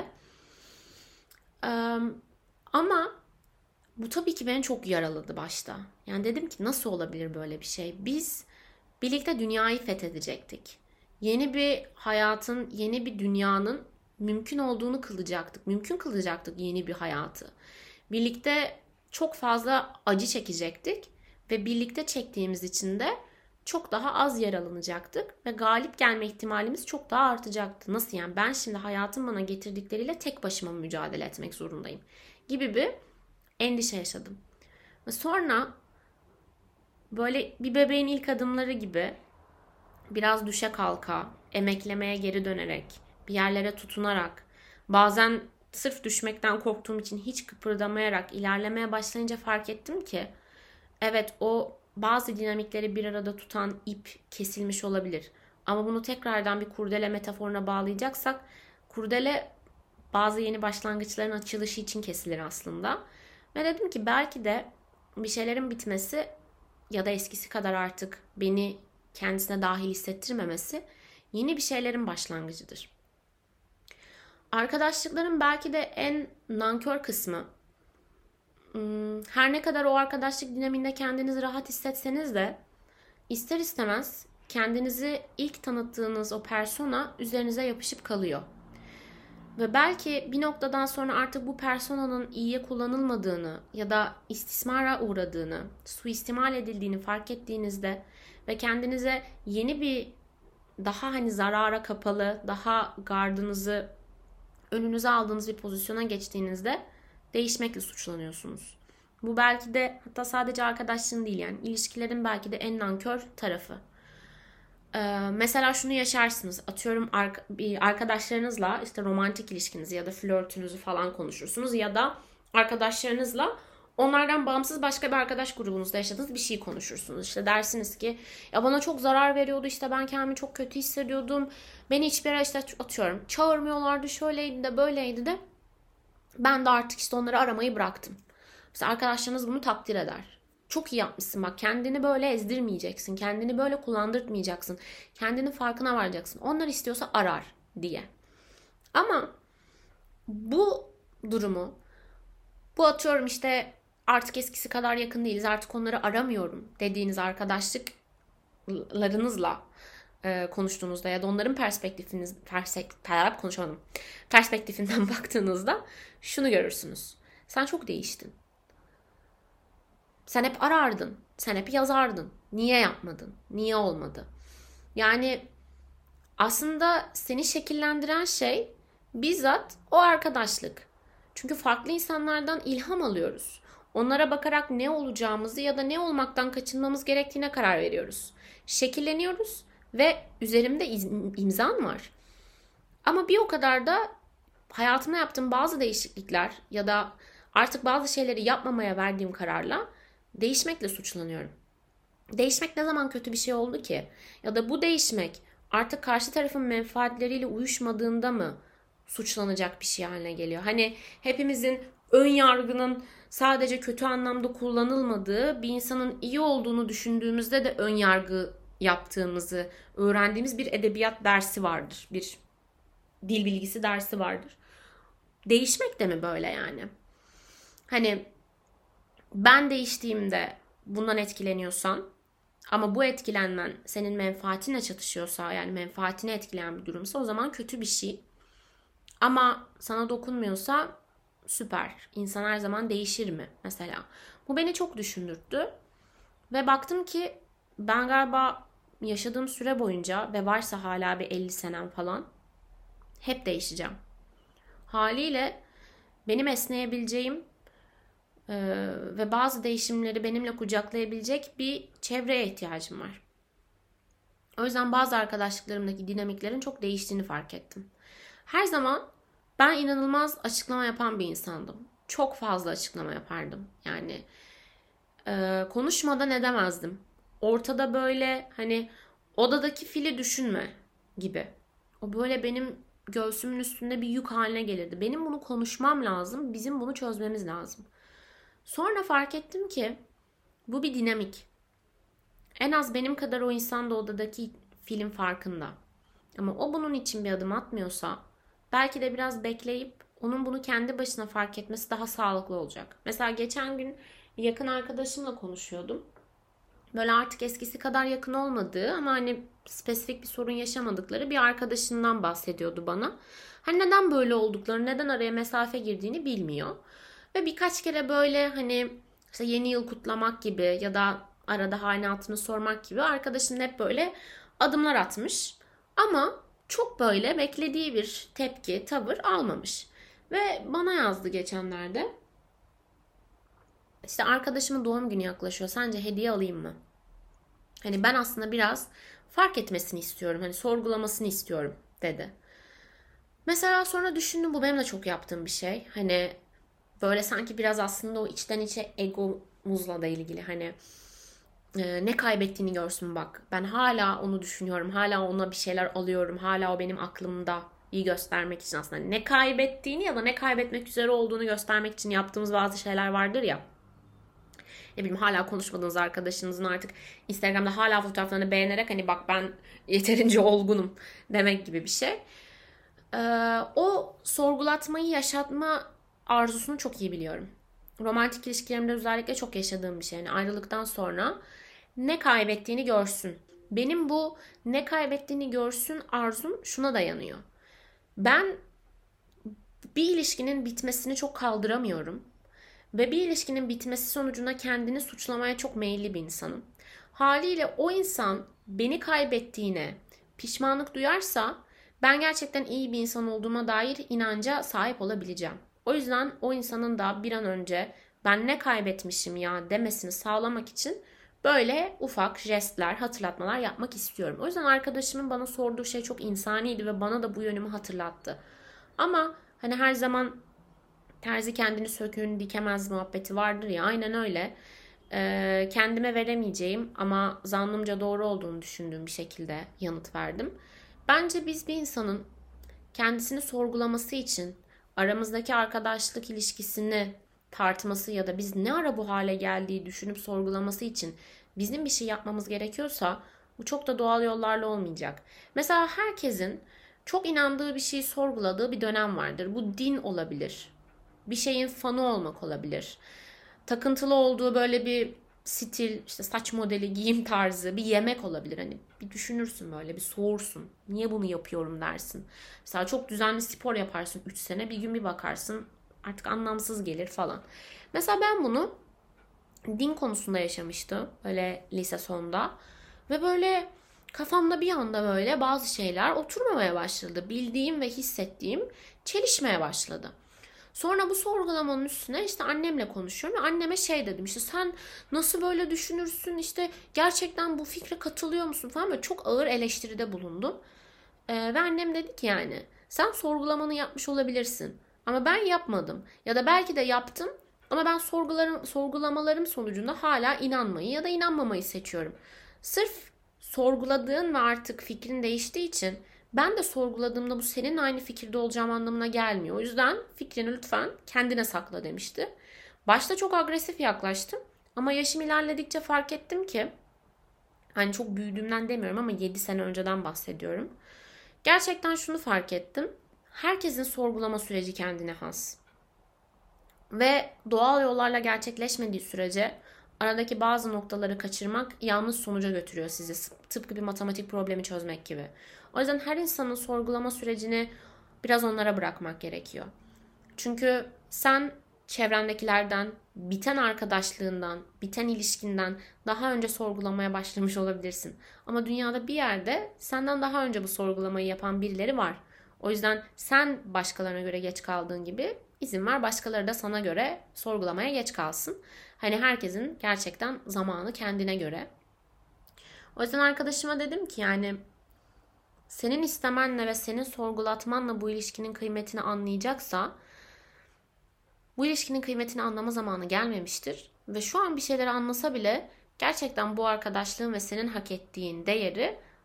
Ee, ama bu tabii ki beni çok yaraladı başta. Yani dedim ki nasıl olabilir böyle bir şey? Biz birlikte dünyayı fethedecektik. Yeni bir hayatın, yeni bir dünyanın mümkün olduğunu kılacaktık. Mümkün kılacaktık yeni bir hayatı. Birlikte çok fazla acı çekecektik ve birlikte çektiğimiz için de çok daha az yaralanacaktık ve galip gelme ihtimalimiz çok daha artacaktı. Nasıl yani? Ben şimdi hayatın bana getirdikleriyle tek başıma mücadele etmek zorundayım gibi bir endişe yaşadım. Ve sonra böyle bir bebeğin ilk adımları gibi biraz düşe kalka, emeklemeye geri dönerek, bir yerlere tutunarak, bazen sırf düşmekten korktuğum için hiç kıpırdamayarak ilerlemeye başlayınca fark ettim ki evet, o bazı dinamikleri bir arada tutan ip kesilmiş olabilir. Ama bunu tekrardan bir kurdele metaforuna bağlayacaksak, kurdele bazı yeni başlangıçların açılışı için kesilir aslında. Ve dedim ki belki de bir şeylerin bitmesi ya da eskisi kadar artık beni kendisine dahil hissettirmemesi yeni bir şeylerin başlangıcıdır. Arkadaşlıkların belki de en nankör kısmı, her ne kadar o arkadaşlık dinaminde kendinizi rahat hissetseniz de ister istemez kendinizi ilk tanıttığınız o persona üzerinize yapışıp kalıyor. Ve belki bir noktadan sonra artık bu personanın iyiye kullanılmadığını ya da istismara uğradığını, suistimal edildiğini fark ettiğinizde ve kendinize yeni bir daha hani zarara kapalı, daha gardınızı önünüze aldığınız bir pozisyona geçtiğinizde değişmekle suçlanıyorsunuz. Bu belki de hatta sadece arkadaşlığın değil, yani ilişkilerin belki de en nankör tarafı. Ee, mesela şunu yaşarsınız. Atıyorum bir arkadaşlarınızla işte romantik ilişkinizi ya da flörtünüzü falan konuşursunuz ya da arkadaşlarınızla onlardan bağımsız başka bir arkadaş grubunuzda yaşadığınız bir şey konuşursunuz. İşte dersiniz ki ya bana çok zarar veriyordu, işte ben kendimi çok kötü hissediyordum. Beni hiçbir yere işte atıyorum çağırmıyorlardı, şöyleydi de böyleydi de ben de artık işte onları aramayı bıraktım. Mesela arkadaşlarınız bunu takdir eder. Çok iyi yapmışsın bak, kendini böyle ezdirmeyeceksin. Kendini böyle kullandırtmayacaksın. Kendinin farkına varacaksın. Onlar istiyorsa arar diye. Ama bu durumu, bu atıyorum işte artık eskisi kadar yakın değiliz, artık onları aramıyorum dediğiniz arkadaşlıklarınızla e, konuştuğunuzda ya da onların perspektifiniz, perspek, konuşamadım, perspektifinden baktığınızda şunu görürsünüz. Sen çok değiştin. Sen hep arardın. Sen hep yazardın. Niye yapmadın? Niye olmadı? Yani aslında seni şekillendiren şey bizzat o arkadaşlık. Çünkü farklı insanlardan ilham alıyoruz. Onlara bakarak ne olacağımızı ya da ne olmaktan kaçınmamız gerektiğine karar veriyoruz. Şekilleniyoruz ve üzerimde imzan var. Ama bir o kadar da hayatımda yaptığım bazı değişiklikler ya da artık bazı şeyleri yapmamaya verdiğim kararla değişmekle suçlanıyorum. Değişmek ne zaman kötü bir şey oldu ki? Ya da bu değişmek artık karşı tarafın menfaatleriyle uyuşmadığında mı suçlanacak bir şey haline geliyor? Hani hepimizin ön yargının sadece kötü anlamda kullanılmadığı, bir insanın iyi olduğunu düşündüğümüzde de ön yargı yaptığımızı öğrendiğimiz bir edebiyat dersi vardır. Bir dil bilgisi dersi vardır. Değişmek de mi böyle yani? Hani ben değiştiğimde bundan etkileniyorsan ama bu etkilenmen senin menfaatinle çatışıyorsa, yani menfaatini etkileyen bir durumsa, o zaman kötü bir şey. Ama sana dokunmuyorsa süper. İnsan her zaman değişir mi mesela? Bu beni çok düşündürttü. Ve baktım ki ben galiba yaşadığım süre boyunca ve varsa hala bir elli senem falan hep değişeceğim. Haliyle benim esneyebileceğim Ee, ve bazı değişimleri benimle kucaklayabilecek bir çevreye ihtiyacım var. O yüzden bazı arkadaşlıklarımdaki dinamiklerin çok değiştiğini fark ettim. Her zaman ben inanılmaz açıklama yapan bir insandım. Çok fazla açıklama yapardım. Yani e, konuşmadan edemezdim. Ortada böyle hani odadaki fili düşünme gibi. O böyle benim göğsümün üstünde bir yük haline gelirdi. Benim bunu konuşmam lazım. Bizim bunu çözmemiz lazım. Sonra fark ettim ki bu bir dinamik. En az benim kadar o insan da odadaki film farkında. Ama o bunun için bir adım atmıyorsa belki de biraz bekleyip onun bunu kendi başına fark etmesi daha sağlıklı olacak. Mesela geçen gün yakın arkadaşımla konuşuyordum. Böyle artık eskisi kadar yakın olmadığı ama hani spesifik bir sorun yaşamadıkları bir arkadaşından bahsediyordu bana. Hani neden böyle olduklarını, neden araya mesafe girdiğini bilmiyor. Ve birkaç kere böyle hani işte yeni yıl kutlamak gibi ya da arada halini hatırını sormak gibi arkadaşının hep böyle adımlar atmış. Ama çok böyle beklediği bir tepki, tavır almamış. Ve bana yazdı geçenlerde. İşte arkadaşımın doğum günü yaklaşıyor. Sence hediye alayım mı? Hani ben aslında biraz fark etmesini istiyorum. Hani sorgulamasını istiyorum dedi. Mesela sonra düşündüm, bu benim de çok yaptığım bir şey. Hani böyle sanki biraz aslında o içten içe egomuzla da ilgili. Hani e, ne kaybettiğini görsün bak. Ben hala onu düşünüyorum. Hala ona bir şeyler alıyorum. Hala o benim aklımda. İyi göstermek için aslında. Ne kaybettiğini ya da ne kaybetmek üzere olduğunu göstermek için yaptığımız bazı şeyler vardır ya. Ne bileyim, hala konuşmadığınız arkadaşınızın artık Instagram'da hala fotoğraflarını beğenerek hani bak ben yeterince olgunum demek gibi bir şey. Ee, o sorgulatmayı yaşatma arzusunu çok iyi biliyorum. Romantik ilişkilerimde özellikle çok yaşadığım bir şey. Yani ayrılıktan sonra ne kaybettiğini görsün. Benim bu ne kaybettiğini görsün arzum şuna dayanıyor. Ben bir ilişkinin bitmesini çok kaldıramıyorum. Ve bir ilişkinin bitmesi sonucunda kendini suçlamaya çok meyilli bir insanım. Haliyle o insan beni kaybettiğine pişmanlık duyarsa ben gerçekten iyi bir insan olduğuma dair inanca sahip olabileceğim. O yüzden o insanın da bir an önce ben ne kaybetmişim ya demesini sağlamak için böyle ufak jestler, hatırlatmalar yapmak istiyorum. O yüzden arkadaşımın bana sorduğu şey çok insaniydi ve bana da bu yönümü hatırlattı. Ama hani her zaman terzi kendini söküğünü dikemez muhabbeti vardır ya, aynen öyle. Ee, kendime veremeyeceğim ama zannımca doğru olduğunu düşündüğüm bir şekilde yanıt verdim. Bence biz bir insanın kendisini sorgulaması için aramızdaki arkadaşlık ilişkisini tartması ya da biz ne ara bu hale geldiği düşünüp sorgulaması için bizim bir şey yapmamız gerekiyorsa bu çok da doğal yollarla olmayacak. Mesela herkesin çok inandığı bir şeyi sorguladığı bir dönem vardır. Bu din olabilir. Bir şeyin fanı olmak olabilir. Takıntılı olduğu böyle bir stil, işte saç modeli, giyim tarzı, bir yemek olabilir. Hani bir düşünürsün, böyle bir soğursun. Niye bunu yapıyorum dersin. Mesela çok düzenli spor yaparsın üç sene, bir gün bir bakarsın artık anlamsız gelir falan. Mesela ben bunu din konusunda yaşamıştım. Böyle lise sonunda. Ve böyle kafamda bir anda böyle bazı şeyler oturmamaya başladı. Bildiğim ve hissettiğim çelişmeye başladı. Sonra bu sorgulamanın üstüne işte annemle konuşuyorum ve anneme şey dedim, işte sen nasıl böyle düşünürsün, işte gerçekten bu fikre katılıyor musun falan, böyle çok ağır eleştiride bulundum. Ee, ve annem dedi ki yani sen sorgulamanı yapmış olabilirsin ama ben yapmadım ya da belki de yaptım ama ben sorgularım, sorgulamalarım sonucunda hala inanmayı ya da inanmamayı seçiyorum. Sırf sorguladığın ve artık fikrin değiştiği için ben de sorguladığımda bu senin aynı fikirde olacağım anlamına gelmiyor. O yüzden fikrini lütfen kendine sakla demişti. Başta çok agresif yaklaştım ama yaşım ilerledikçe fark ettim ki, hani çok büyüdüğümden demiyorum ama yedi sene önceden bahsediyorum. Gerçekten şunu fark ettim. Herkesin sorgulama süreci kendine has. Ve doğal yollarla gerçekleşmediği sürece aradaki bazı noktaları kaçırmak yanlış sonuca götürüyor sizi. Tıpkı bir matematik problemi çözmek gibi. O yüzden her insanın sorgulama sürecini biraz onlara bırakmak gerekiyor. Çünkü sen çevrendekilerden, biten arkadaşlığından, biten ilişkinden daha önce sorgulamaya başlamış olabilirsin. Ama dünyada bir yerde senden daha önce bu sorgulamayı yapan birileri var. O yüzden sen başkalarına göre geç kaldığın gibi izin ver başkaları da sana göre sorgulamaya geç kalsın. Hani herkesin gerçekten zamanı kendine göre. O yüzden arkadaşıma dedim ki yani senin istemenle ve senin sorgulatmanla bu ilişkinin kıymetini anlayacaksa bu ilişkinin kıymetini anlama zamanı gelmemiştir. Ve şu an bir şeyleri anlasa bile gerçekten bu arkadaşlığın ve senin hak ettiğin değeri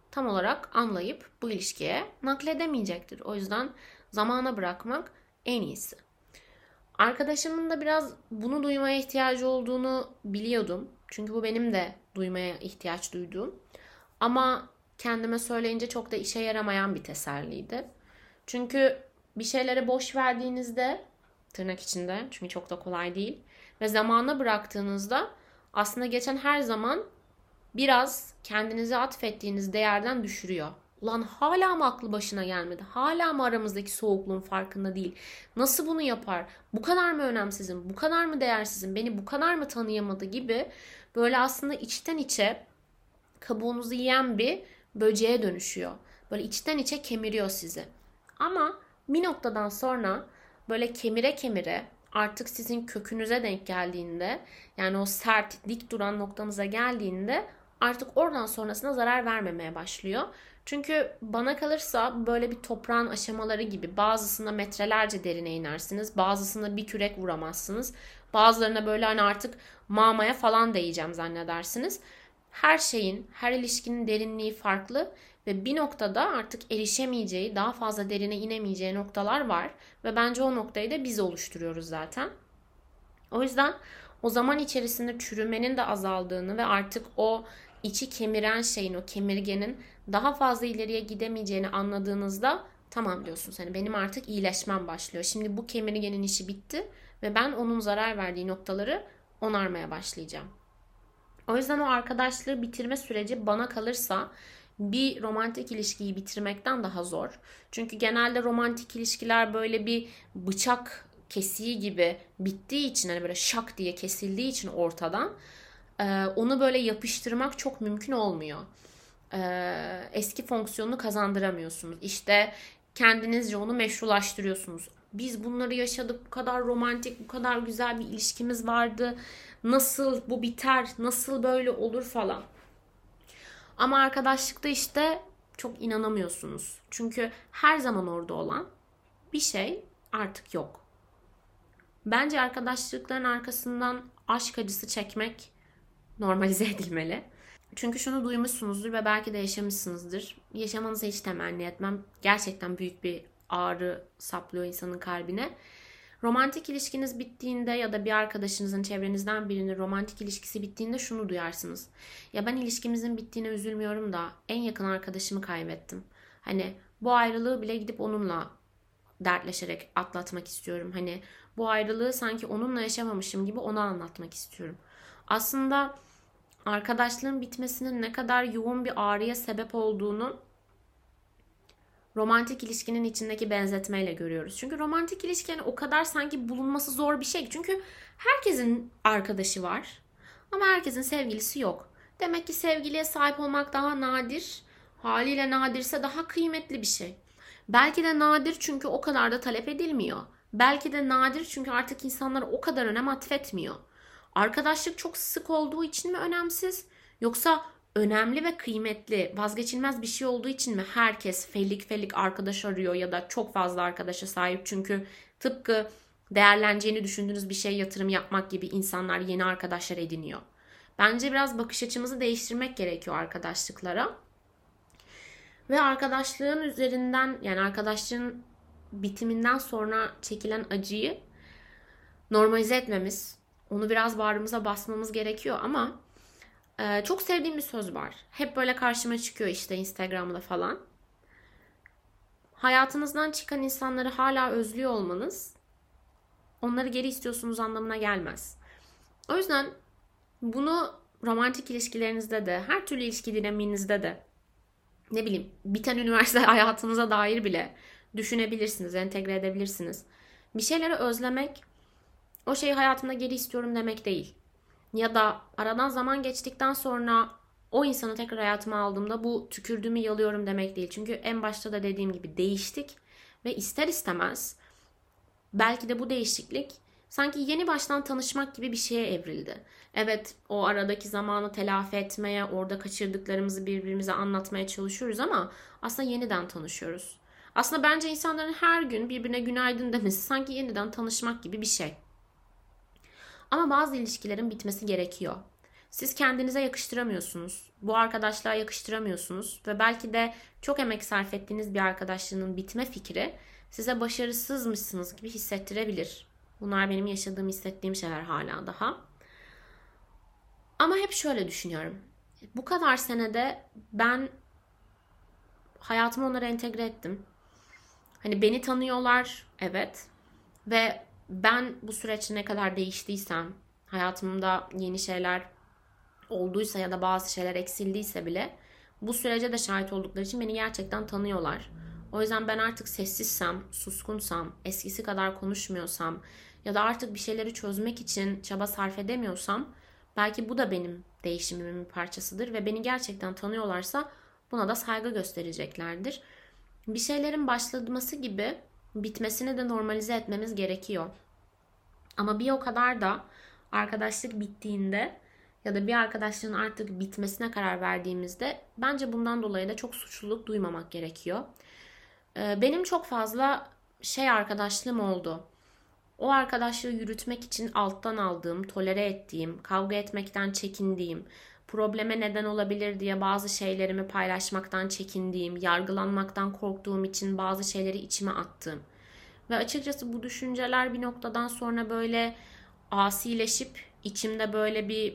tam olarak anlayıp bu ilişkiye nakledemeyecektir. O yüzden zamana bırakmak en iyisi. Arkadaşımın da biraz bunu duymaya ihtiyacı olduğunu biliyordum. Çünkü bu benim de duymaya ihtiyaç duyduğum. Ama kendime söyleyince çok da işe yaramayan bir teselliydi. Çünkü bir şeylere boş verdiğinizde, tırnak içinde, çünkü çok da kolay değil, ve zamana bıraktığınızda aslında geçen her zaman biraz kendinize atfettiğiniz değerden düşürüyor. Ulan hala mı aklı başına gelmedi? Hala mı aramızdaki soğukluğun farkında değil? Nasıl bunu yapar? Bu kadar mı önemsizim? Bu kadar mı değersizim? Beni bu kadar mı tanıyamadı gibi böyle aslında içten içe kabuğunuzu yiyen bir böceğe dönüşüyor. Böyle içten içe kemiriyor sizi. Ama bir noktadan sonra böyle kemire kemire artık sizin kökünüze denk geldiğinde, yani o sert dik duran noktanıza geldiğinde artık oradan sonrasına zarar vermemeye başlıyor. Çünkü bana kalırsa böyle bir toprağın aşamaları gibi, bazısında metrelerce derine inersiniz, bazısında bir kürek vuramazsınız, bazılarına böyle hani artık mamaya falan değeceğim zannedersiniz. Her şeyin, her ilişkinin derinliği farklı ve bir noktada artık erişemeyeceği, daha fazla derine inemeyeceği noktalar var ve bence o noktayı da biz oluşturuyoruz zaten. O yüzden o zaman içerisinde çürümenin de azaldığını ve artık o içi kemiren şeyin, o kemirgenin daha fazla ileriye gidemeyeceğini anladığınızda tamam diyorsunuz. Hani benim artık iyileşmem başlıyor. Şimdi bu kemirgenin işi bitti ve ben onun zarar verdiği noktaları onarmaya başlayacağım. O yüzden o arkadaşlığı bitirme süreci bana kalırsa bir romantik ilişkiyi bitirmekten daha zor. Çünkü genelde romantik ilişkiler böyle bir bıçak kesiği gibi bittiği için, hani böyle şak diye kesildiği için ortadan onu böyle yapıştırmak çok mümkün olmuyor. Eski fonksiyonunu kazandıramıyorsunuz. İşte kendinizce onu meşrulaştırıyorsunuz. Biz bunları yaşadık, bu kadar romantik, bu kadar güzel bir ilişkimiz vardı. Nasıl bu biter, nasıl böyle olur falan. Ama arkadaşlıkta işte çok inanamıyorsunuz. Çünkü her zaman orada olan bir şey artık yok. Bence arkadaşlıkların arkasından aşk acısı çekmek normalize edilmeli. Çünkü şunu duymuşsunuzdur ve belki de yaşamışsınızdır. Yaşamanızı hiç temenni etmem. Gerçekten büyük bir ağrı saplıyor insanın kalbine. Romantik ilişkiniz bittiğinde ya da bir arkadaşınızın, çevrenizden birinin romantik ilişkisi bittiğinde şunu duyarsınız. Ya ben ilişkimizin bittiğine üzülmüyorum da en yakın arkadaşımı kaybettim. Hani bu ayrılığı bile gidip onunla dertleşerek atlatmak istiyorum. Hani bu ayrılığı sanki onunla yaşamamışım gibi ona anlatmak istiyorum. Aslında arkadaşlığın bitmesinin ne kadar yoğun bir ağrıya sebep olduğunu romantik ilişkinin içindeki benzetmeyle görüyoruz. Çünkü romantik ilişki yani o kadar sanki bulunması zor bir şey. Çünkü herkesin arkadaşı var ama herkesin sevgilisi yok. Demek ki sevgiliye sahip olmak daha nadir, haliyle nadirse daha kıymetli bir şey. Belki de nadir çünkü o kadar da talep edilmiyor. Belki de nadir çünkü artık insanlar o kadar önem atfetmiyor. Arkadaşlık çok sık olduğu için mi önemsiz? Yoksa önemli ve kıymetli, vazgeçilmez bir şey olduğu için mi herkes fellik fellik arkadaş arıyor ya da çok fazla arkadaşa sahip? Çünkü tıpkı değerleneceğini düşündüğünüz bir şeye yatırım yapmak gibi insanlar yeni arkadaşlar ediniyor. Bence biraz bakış açımızı değiştirmek gerekiyor arkadaşlıklara. Ve arkadaşlığın üzerinden, yani arkadaşlığın bitiminden sonra çekilen acıyı normalize etmemiz, onu biraz bağrımıza basmamız gerekiyor ama e, çok sevdiğim bir söz var. Hep böyle karşıma çıkıyor işte Instagram'da falan. Hayatınızdan çıkan insanları hala özlüyor olmanız onları geri istiyorsunuz anlamına gelmez. O yüzden bunu romantik ilişkilerinizde de, her türlü ilişki dinamiğinizde de, ne bileyim biten üniversite hayatınıza dair bile düşünebilirsiniz, entegre edebilirsiniz. Bir şeyleri özlemek, o şeyi hayatımda geri istiyorum demek değil. Ya da aradan zaman geçtikten sonra o insanı tekrar hayatıma aldığımda bu tükürdüğümü yalıyorum demek değil. Çünkü en başta da dediğim gibi değiştik ve ister istemez belki de bu değişiklik sanki yeni baştan tanışmak gibi bir şeye evrildi. Evet, o aradaki zamanı telafi etmeye, orada kaçırdıklarımızı birbirimize anlatmaya çalışıyoruz ama aslında yeniden tanışıyoruz. Aslında bence insanların her gün birbirine günaydın demesi sanki yeniden tanışmak gibi bir şey. Ama bazı ilişkilerin bitmesi gerekiyor. Siz kendinize yakıştıramıyorsunuz. Bu arkadaşlığa yakıştıramıyorsunuz. Ve belki de çok emek sarf ettiğiniz bir arkadaşlığının bitme fikri size başarısızmışsınız gibi hissettirebilir. Bunlar benim yaşadığım, hissettiğim şeyler hala daha. Ama hep şöyle düşünüyorum. Bu kadar senede ben hayatıma onları entegre ettim. Hani beni tanıyorlar, evet. Ve ben bu süreçte ne kadar değiştiysem, hayatımda yeni şeyler olduysa ya da bazı şeyler eksildiyse bile bu sürece de şahit oldukları için beni gerçekten tanıyorlar. O yüzden ben artık sessizsem, suskunsam, eskisi kadar konuşmuyorsam ya da artık bir şeyleri çözmek için çaba sarf edemiyorsam belki bu da benim değişimimin bir parçasıdır ve beni gerçekten tanıyorlarsa buna da saygı göstereceklerdir. Bir şeylerin başlaması gibi bitmesini de normalize etmemiz gerekiyor. Ama bir o kadar da arkadaşlık bittiğinde ya da bir arkadaşlığın artık bitmesine karar verdiğimizde bence bundan dolayı da çok suçluluk duymamak gerekiyor. Benim çok fazla şey arkadaşlığım oldu. O arkadaşlığı yürütmek için alttan aldığım, tolere ettiğim, kavga etmekten çekindiğim, probleme neden olabilir diye bazı şeylerimi paylaşmaktan çekindiğim, yargılanmaktan korktuğum için bazı şeyleri içime attığım. Ve açıkçası bu düşünceler bir noktadan sonra böyle asileşip içimde böyle bir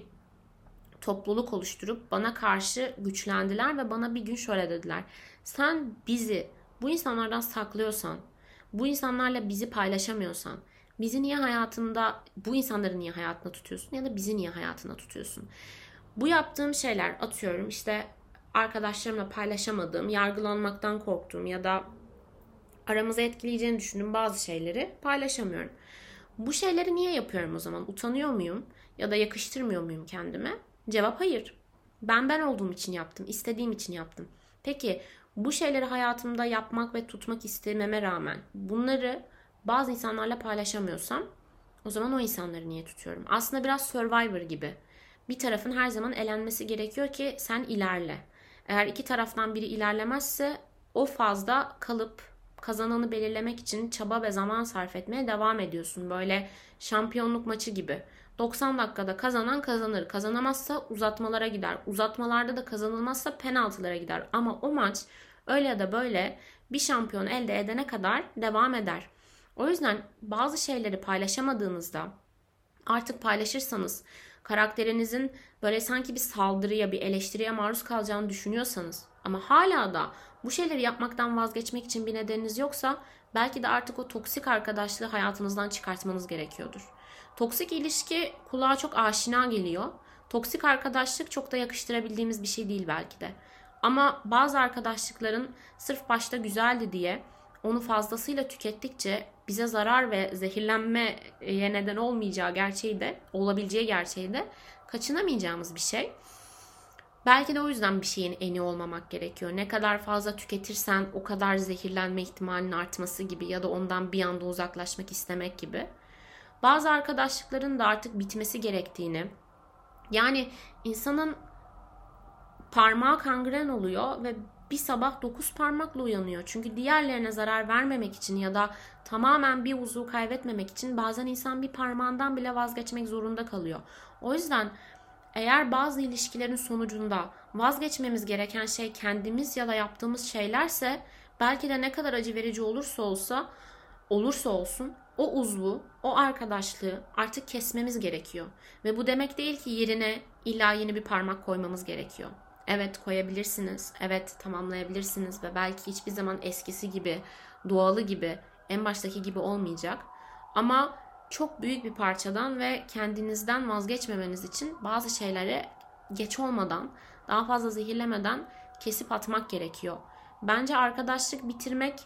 topluluk oluşturup bana karşı güçlendiler ve bana bir gün şöyle dediler. Sen bizi bu insanlardan saklıyorsan, bu insanlarla bizi paylaşamıyorsan, bizi niye hayatında, bu insanları niye hayatında tutuyorsun ya da bizi niye hayatında tutuyorsun? Bu yaptığım şeyler, atıyorum işte arkadaşlarımla paylaşamadığım, yargılanmaktan korktuğum ya da aramızı etkileyeceğini düşündüğüm bazı şeyleri paylaşamıyorum. Bu şeyleri niye yapıyorum o zaman? Utanıyor muyum? Ya da yakıştırmıyor muyum kendime? Cevap hayır. Ben ben olduğum için yaptım. İstediğim için yaptım. Peki bu şeyleri hayatımda yapmak ve tutmak istememe rağmen bunları bazı insanlarla paylaşamıyorsam o zaman o insanları niye tutuyorum? Aslında biraz Survivor gibi. Bir tarafın her zaman elenmesi gerekiyor ki sen ilerle. Eğer iki taraftan biri ilerlemezse o fazda kalıp kazananı belirlemek için çaba ve zaman sarf etmeye devam ediyorsun. Böyle şampiyonluk maçı gibi. doksan dakikada kazanan kazanır. Kazanamazsa uzatmalara gider. Uzatmalarda da kazanılmazsa penaltılara gider. Ama o maç öyle ya da böyle bir şampiyon elde edene kadar devam eder. O yüzden bazı şeyleri paylaşamadığınızda artık paylaşırsanız karakterinizin böyle sanki bir saldırıya, bir eleştiriye maruz kalacağını düşünüyorsanız ama hala da bu şeyleri yapmaktan vazgeçmek için bir nedeniniz yoksa belki de artık o toksik arkadaşlığı hayatınızdan çıkartmanız gerekiyordur. Toksik ilişki kulağa çok aşina geliyor. Toksik arkadaşlık çok da yakıştırabildiğimiz bir şey değil belki de. Ama bazı arkadaşlıkların sırf başta güzeldi diye onu fazlasıyla tükettikçe bize zarar ve zehirlenmeye neden olmayacağı gerçeği de, olabileceği gerçeği de kaçınamayacağımız bir şey. Belki de o yüzden bir şeyin eni olmamak gerekiyor. Ne kadar fazla tüketirsen o kadar zehirlenme ihtimalinin artması gibi ya da ondan bir anda uzaklaşmak istemek gibi. Bazı arkadaşlıkların da artık bitmesi gerektiğini, yani insanın parmağı kangren oluyor ve bir sabah dokuz parmakla uyanıyor. Çünkü diğerlerine zarar vermemek için ya da tamamen bir uzuvu kaybetmemek için bazen insan bir parmağından bile vazgeçmek zorunda kalıyor. O yüzden eğer bazı ilişkilerin sonucunda vazgeçmemiz gereken şey kendimiz ya da yaptığımız şeylerse belki de ne kadar acı verici olursa olsa olursa olsun o uzvu, o arkadaşlığı artık kesmemiz gerekiyor. Ve bu demek değil ki yerine illa yeni bir parmak koymamız gerekiyor. Evet koyabilirsiniz, evet tamamlayabilirsiniz ve belki hiçbir zaman eskisi gibi, doğalı gibi, en baştaki gibi olmayacak. Ama çok büyük bir parçadan ve kendinizden vazgeçmemeniz için bazı şeyleri geç olmadan, daha fazla zehirlemeden kesip atmak gerekiyor. Bence arkadaşlık bitirmek,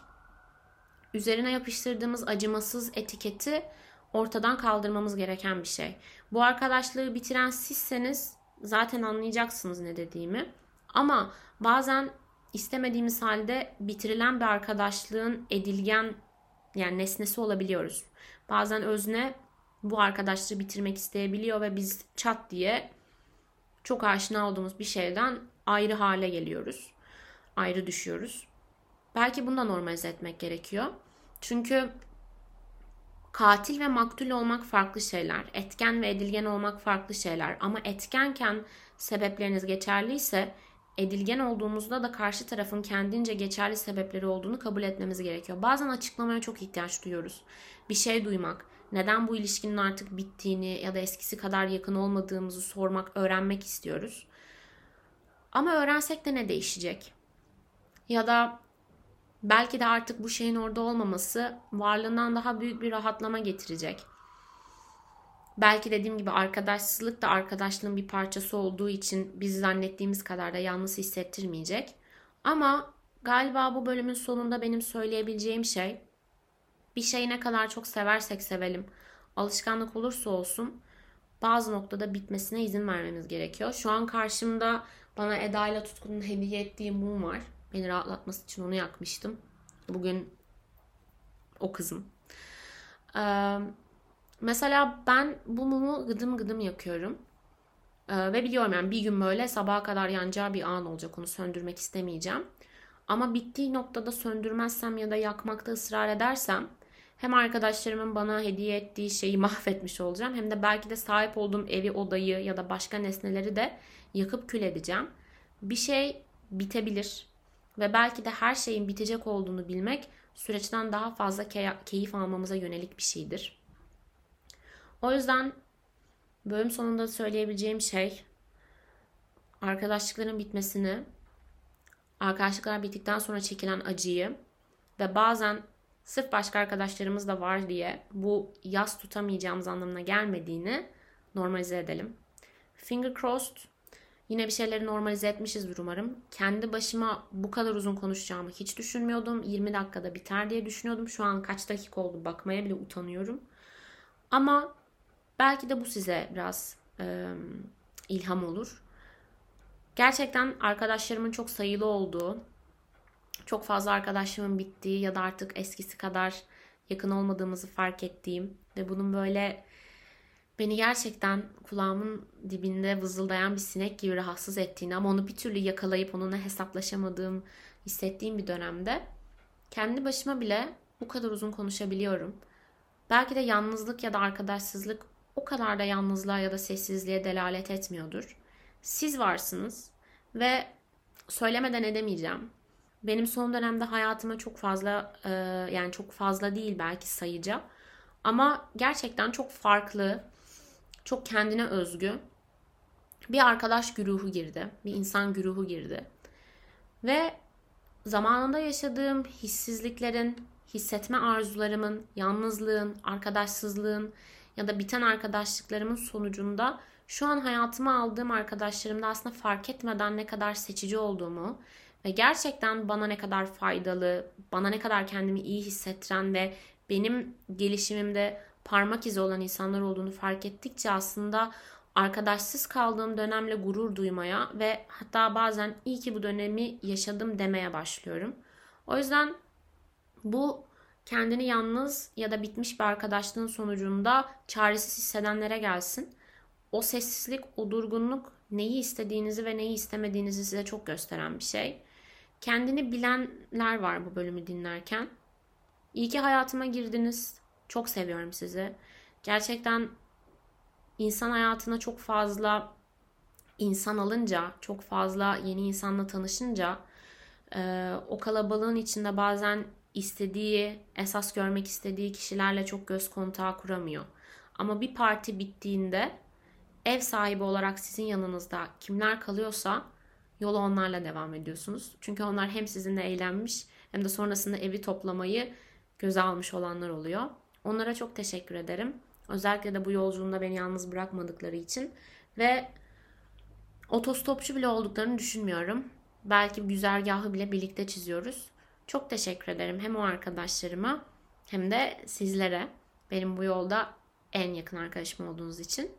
üzerine yapıştırdığımız acımasız etiketi ortadan kaldırmamız gereken bir şey. Bu arkadaşlığı bitiren sizseniz zaten anlayacaksınız ne dediğimi. Ama bazen istemediğimiz halde bitirilen bir arkadaşlığın edilgen, yani nesnesi olabiliyoruz. Bazen özne bu arkadaşlığı bitirmek isteyebiliyor ve biz çat diye çok aşina olduğumuz bir şeyden ayrı hale geliyoruz. Ayrı düşüyoruz. Belki bunu da normalize etmek gerekiyor. Çünkü Katil ve maktul olmak farklı şeyler. Etken ve edilgen olmak farklı şeyler. Ama etkenken sebepleriniz geçerliyse, edilgen olduğumuzda da karşı tarafın kendince geçerli sebepleri olduğunu kabul etmemiz gerekiyor. Bazen açıklamaya çok ihtiyaç duyuyoruz. Bir şey duymak, neden bu ilişkinin artık bittiğini ya da eskisi kadar yakın olmadığımızı sormak, öğrenmek istiyoruz. Ama öğrensek de ne değişecek? Ya da belki de artık bu şeyin orada olmaması varlığından daha büyük bir rahatlama getirecek. Belki dediğim gibi arkadaşsızlık da arkadaşlığın bir parçası olduğu için bizi zannettiğimiz kadar da yalnız hissettirmeyecek. Ama galiba bu bölümün sonunda benim söyleyebileceğim şey, bir şeyi ne kadar çok seversek sevelim, alışkanlık olursa olsun bazı noktada bitmesine izin vermemiz gerekiyor. Şu an karşımda bana Eda ile Tutku'nun hediye ettiği mum var. Beni rahatlatması için onu yakmıştım. Bugün o kızım. Ee, mesela ben bu mumu gıdım gıdım yakıyorum. Ee, ve biliyorum yani bir gün böyle sabaha kadar yanacağı bir an olacak. Onu söndürmek istemeyeceğim. Ama bittiği noktada söndürmezsem ya da yakmakta ısrar edersem hem arkadaşlarımın bana hediye ettiği şeyi mahvetmiş olacağım. Hem de belki de sahip olduğum evi, odayı ya da başka nesneleri de yakıp kül edeceğim. Bir şey bitebilir. Ve belki de her şeyin bitecek olduğunu bilmek süreçten daha fazla keyif almamıza yönelik bir şeydir. O yüzden bölüm sonunda söyleyebileceğim şey, arkadaşlıkların bitmesini, arkadaşlıklar bittikten sonra çekilen acıyı ve bazen sırf başka arkadaşlarımız da var diye bu yas tutamayacağımız anlamına gelmediğini normalize edelim. Finger crossed. Yine bir şeyleri normalize etmişizdir umarım. Kendi başıma bu kadar uzun konuşacağımı hiç düşünmüyordum. yirmi dakikada biter diye düşünüyordum. Şu an kaç dakika oldu bakmaya bile utanıyorum. Ama belki de bu size biraz e, ilham olur. Gerçekten arkadaşlarımın çok sayılı olduğu, çok fazla arkadaşlarımın bittiği ya da artık eskisi kadar yakın olmadığımızı fark ettiğim ve bunun böyle beni gerçekten kulağımın dibinde vızıldayan bir sinek gibi rahatsız ettiğini ama onu bir türlü yakalayıp onunla hesaplaşamadığım, hissettiğim bir dönemde kendi başıma bile bu kadar uzun konuşabiliyorum. Belki de yalnızlık ya da arkadaşsızlık o kadar da yalnızlığa ya da sessizliğe delalet etmiyordur. Siz varsınız ve söylemeden edemeyeceğim. Benim son dönemde hayatıma çok fazla, yani çok fazla değil belki sayıca ama gerçekten çok farklı, çok kendine özgü bir arkadaş güruhu girdi. Bir insan güruhu girdi. Ve zamanında yaşadığım hissizliklerin, hissetme arzularımın, yalnızlığın, arkadaşsızlığın ya da biten arkadaşlıklarımın sonucunda şu an hayatıma aldığım arkadaşlarımda aslında fark etmeden ne kadar seçici olduğumu ve gerçekten bana ne kadar faydalı, bana ne kadar kendimi iyi hissettiren ve benim gelişimimde parmak izi olan insanlar olduğunu fark ettikçe aslında arkadaşsız kaldığım dönemle gurur duymaya ve hatta bazen iyi ki bu dönemi yaşadım demeye başlıyorum. O yüzden bu kendini yalnız ya da bitmiş bir arkadaşlığın sonucunda çaresiz hissedenlere gelsin. O sessizlik, o durgunluk neyi istediğinizi ve neyi istemediğinizi size çok gösteren bir şey. Kendini bilenler var bu bölümü dinlerken. İyi ki hayatıma girdiniz. Çok seviyorum sizi. Gerçekten insan hayatına çok fazla insan alınca, çok fazla yeni insanla tanışınca e, o kalabalığın içinde bazen istediği, esas görmek istediği kişilerle çok göz kontağı kuramıyor. Ama bir parti bittiğinde ev sahibi olarak sizin yanınızda kimler kalıyorsa yola onlarla devam ediyorsunuz. Çünkü onlar hem sizinle eğlenmiş hem de sonrasında evi toplamayı göze almış olanlar oluyor. Onlara çok teşekkür ederim. Özellikle de bu yolculuğumda beni yalnız bırakmadıkları için ve otostopçu bile olduklarını düşünmüyorum. Belki güzergahı bile birlikte çiziyoruz. Çok teşekkür ederim hem o arkadaşlarıma hem de sizlere benim bu yolda en yakın arkadaşım olduğunuz için.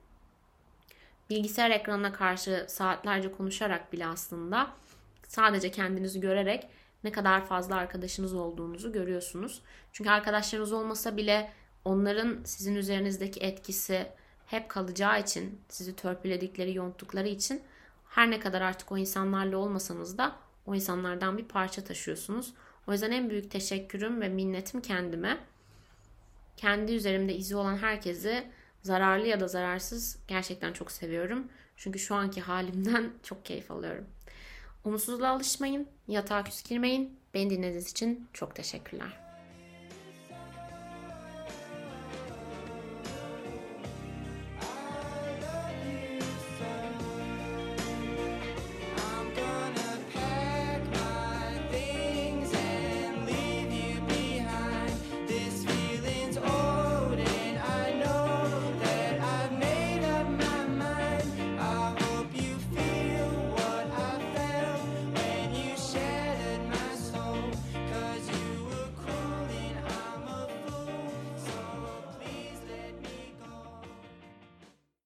Bilgisayar ekranına karşı saatlerce konuşarak bile aslında sadece kendinizi görerek ne kadar fazla arkadaşınız olduğunuzu görüyorsunuz. Çünkü arkadaşlarınız olmasa bile onların sizin üzerinizdeki etkisi hep kalacağı için, sizi törpüledikleri, yonttukları için her ne kadar artık o insanlarla olmasanız da o insanlardan bir parça taşıyorsunuz. O yüzden en büyük teşekkürüm ve minnetim kendime. kendi üzerimde izi olan herkesi, zararlı ya da zararsız, gerçekten çok seviyorum. Çünkü şu anki halimden çok keyif alıyorum. Umutsuzluğa alışmayın, yatağa küs girmeyin. Beni dinlediğiniz için çok teşekkürler.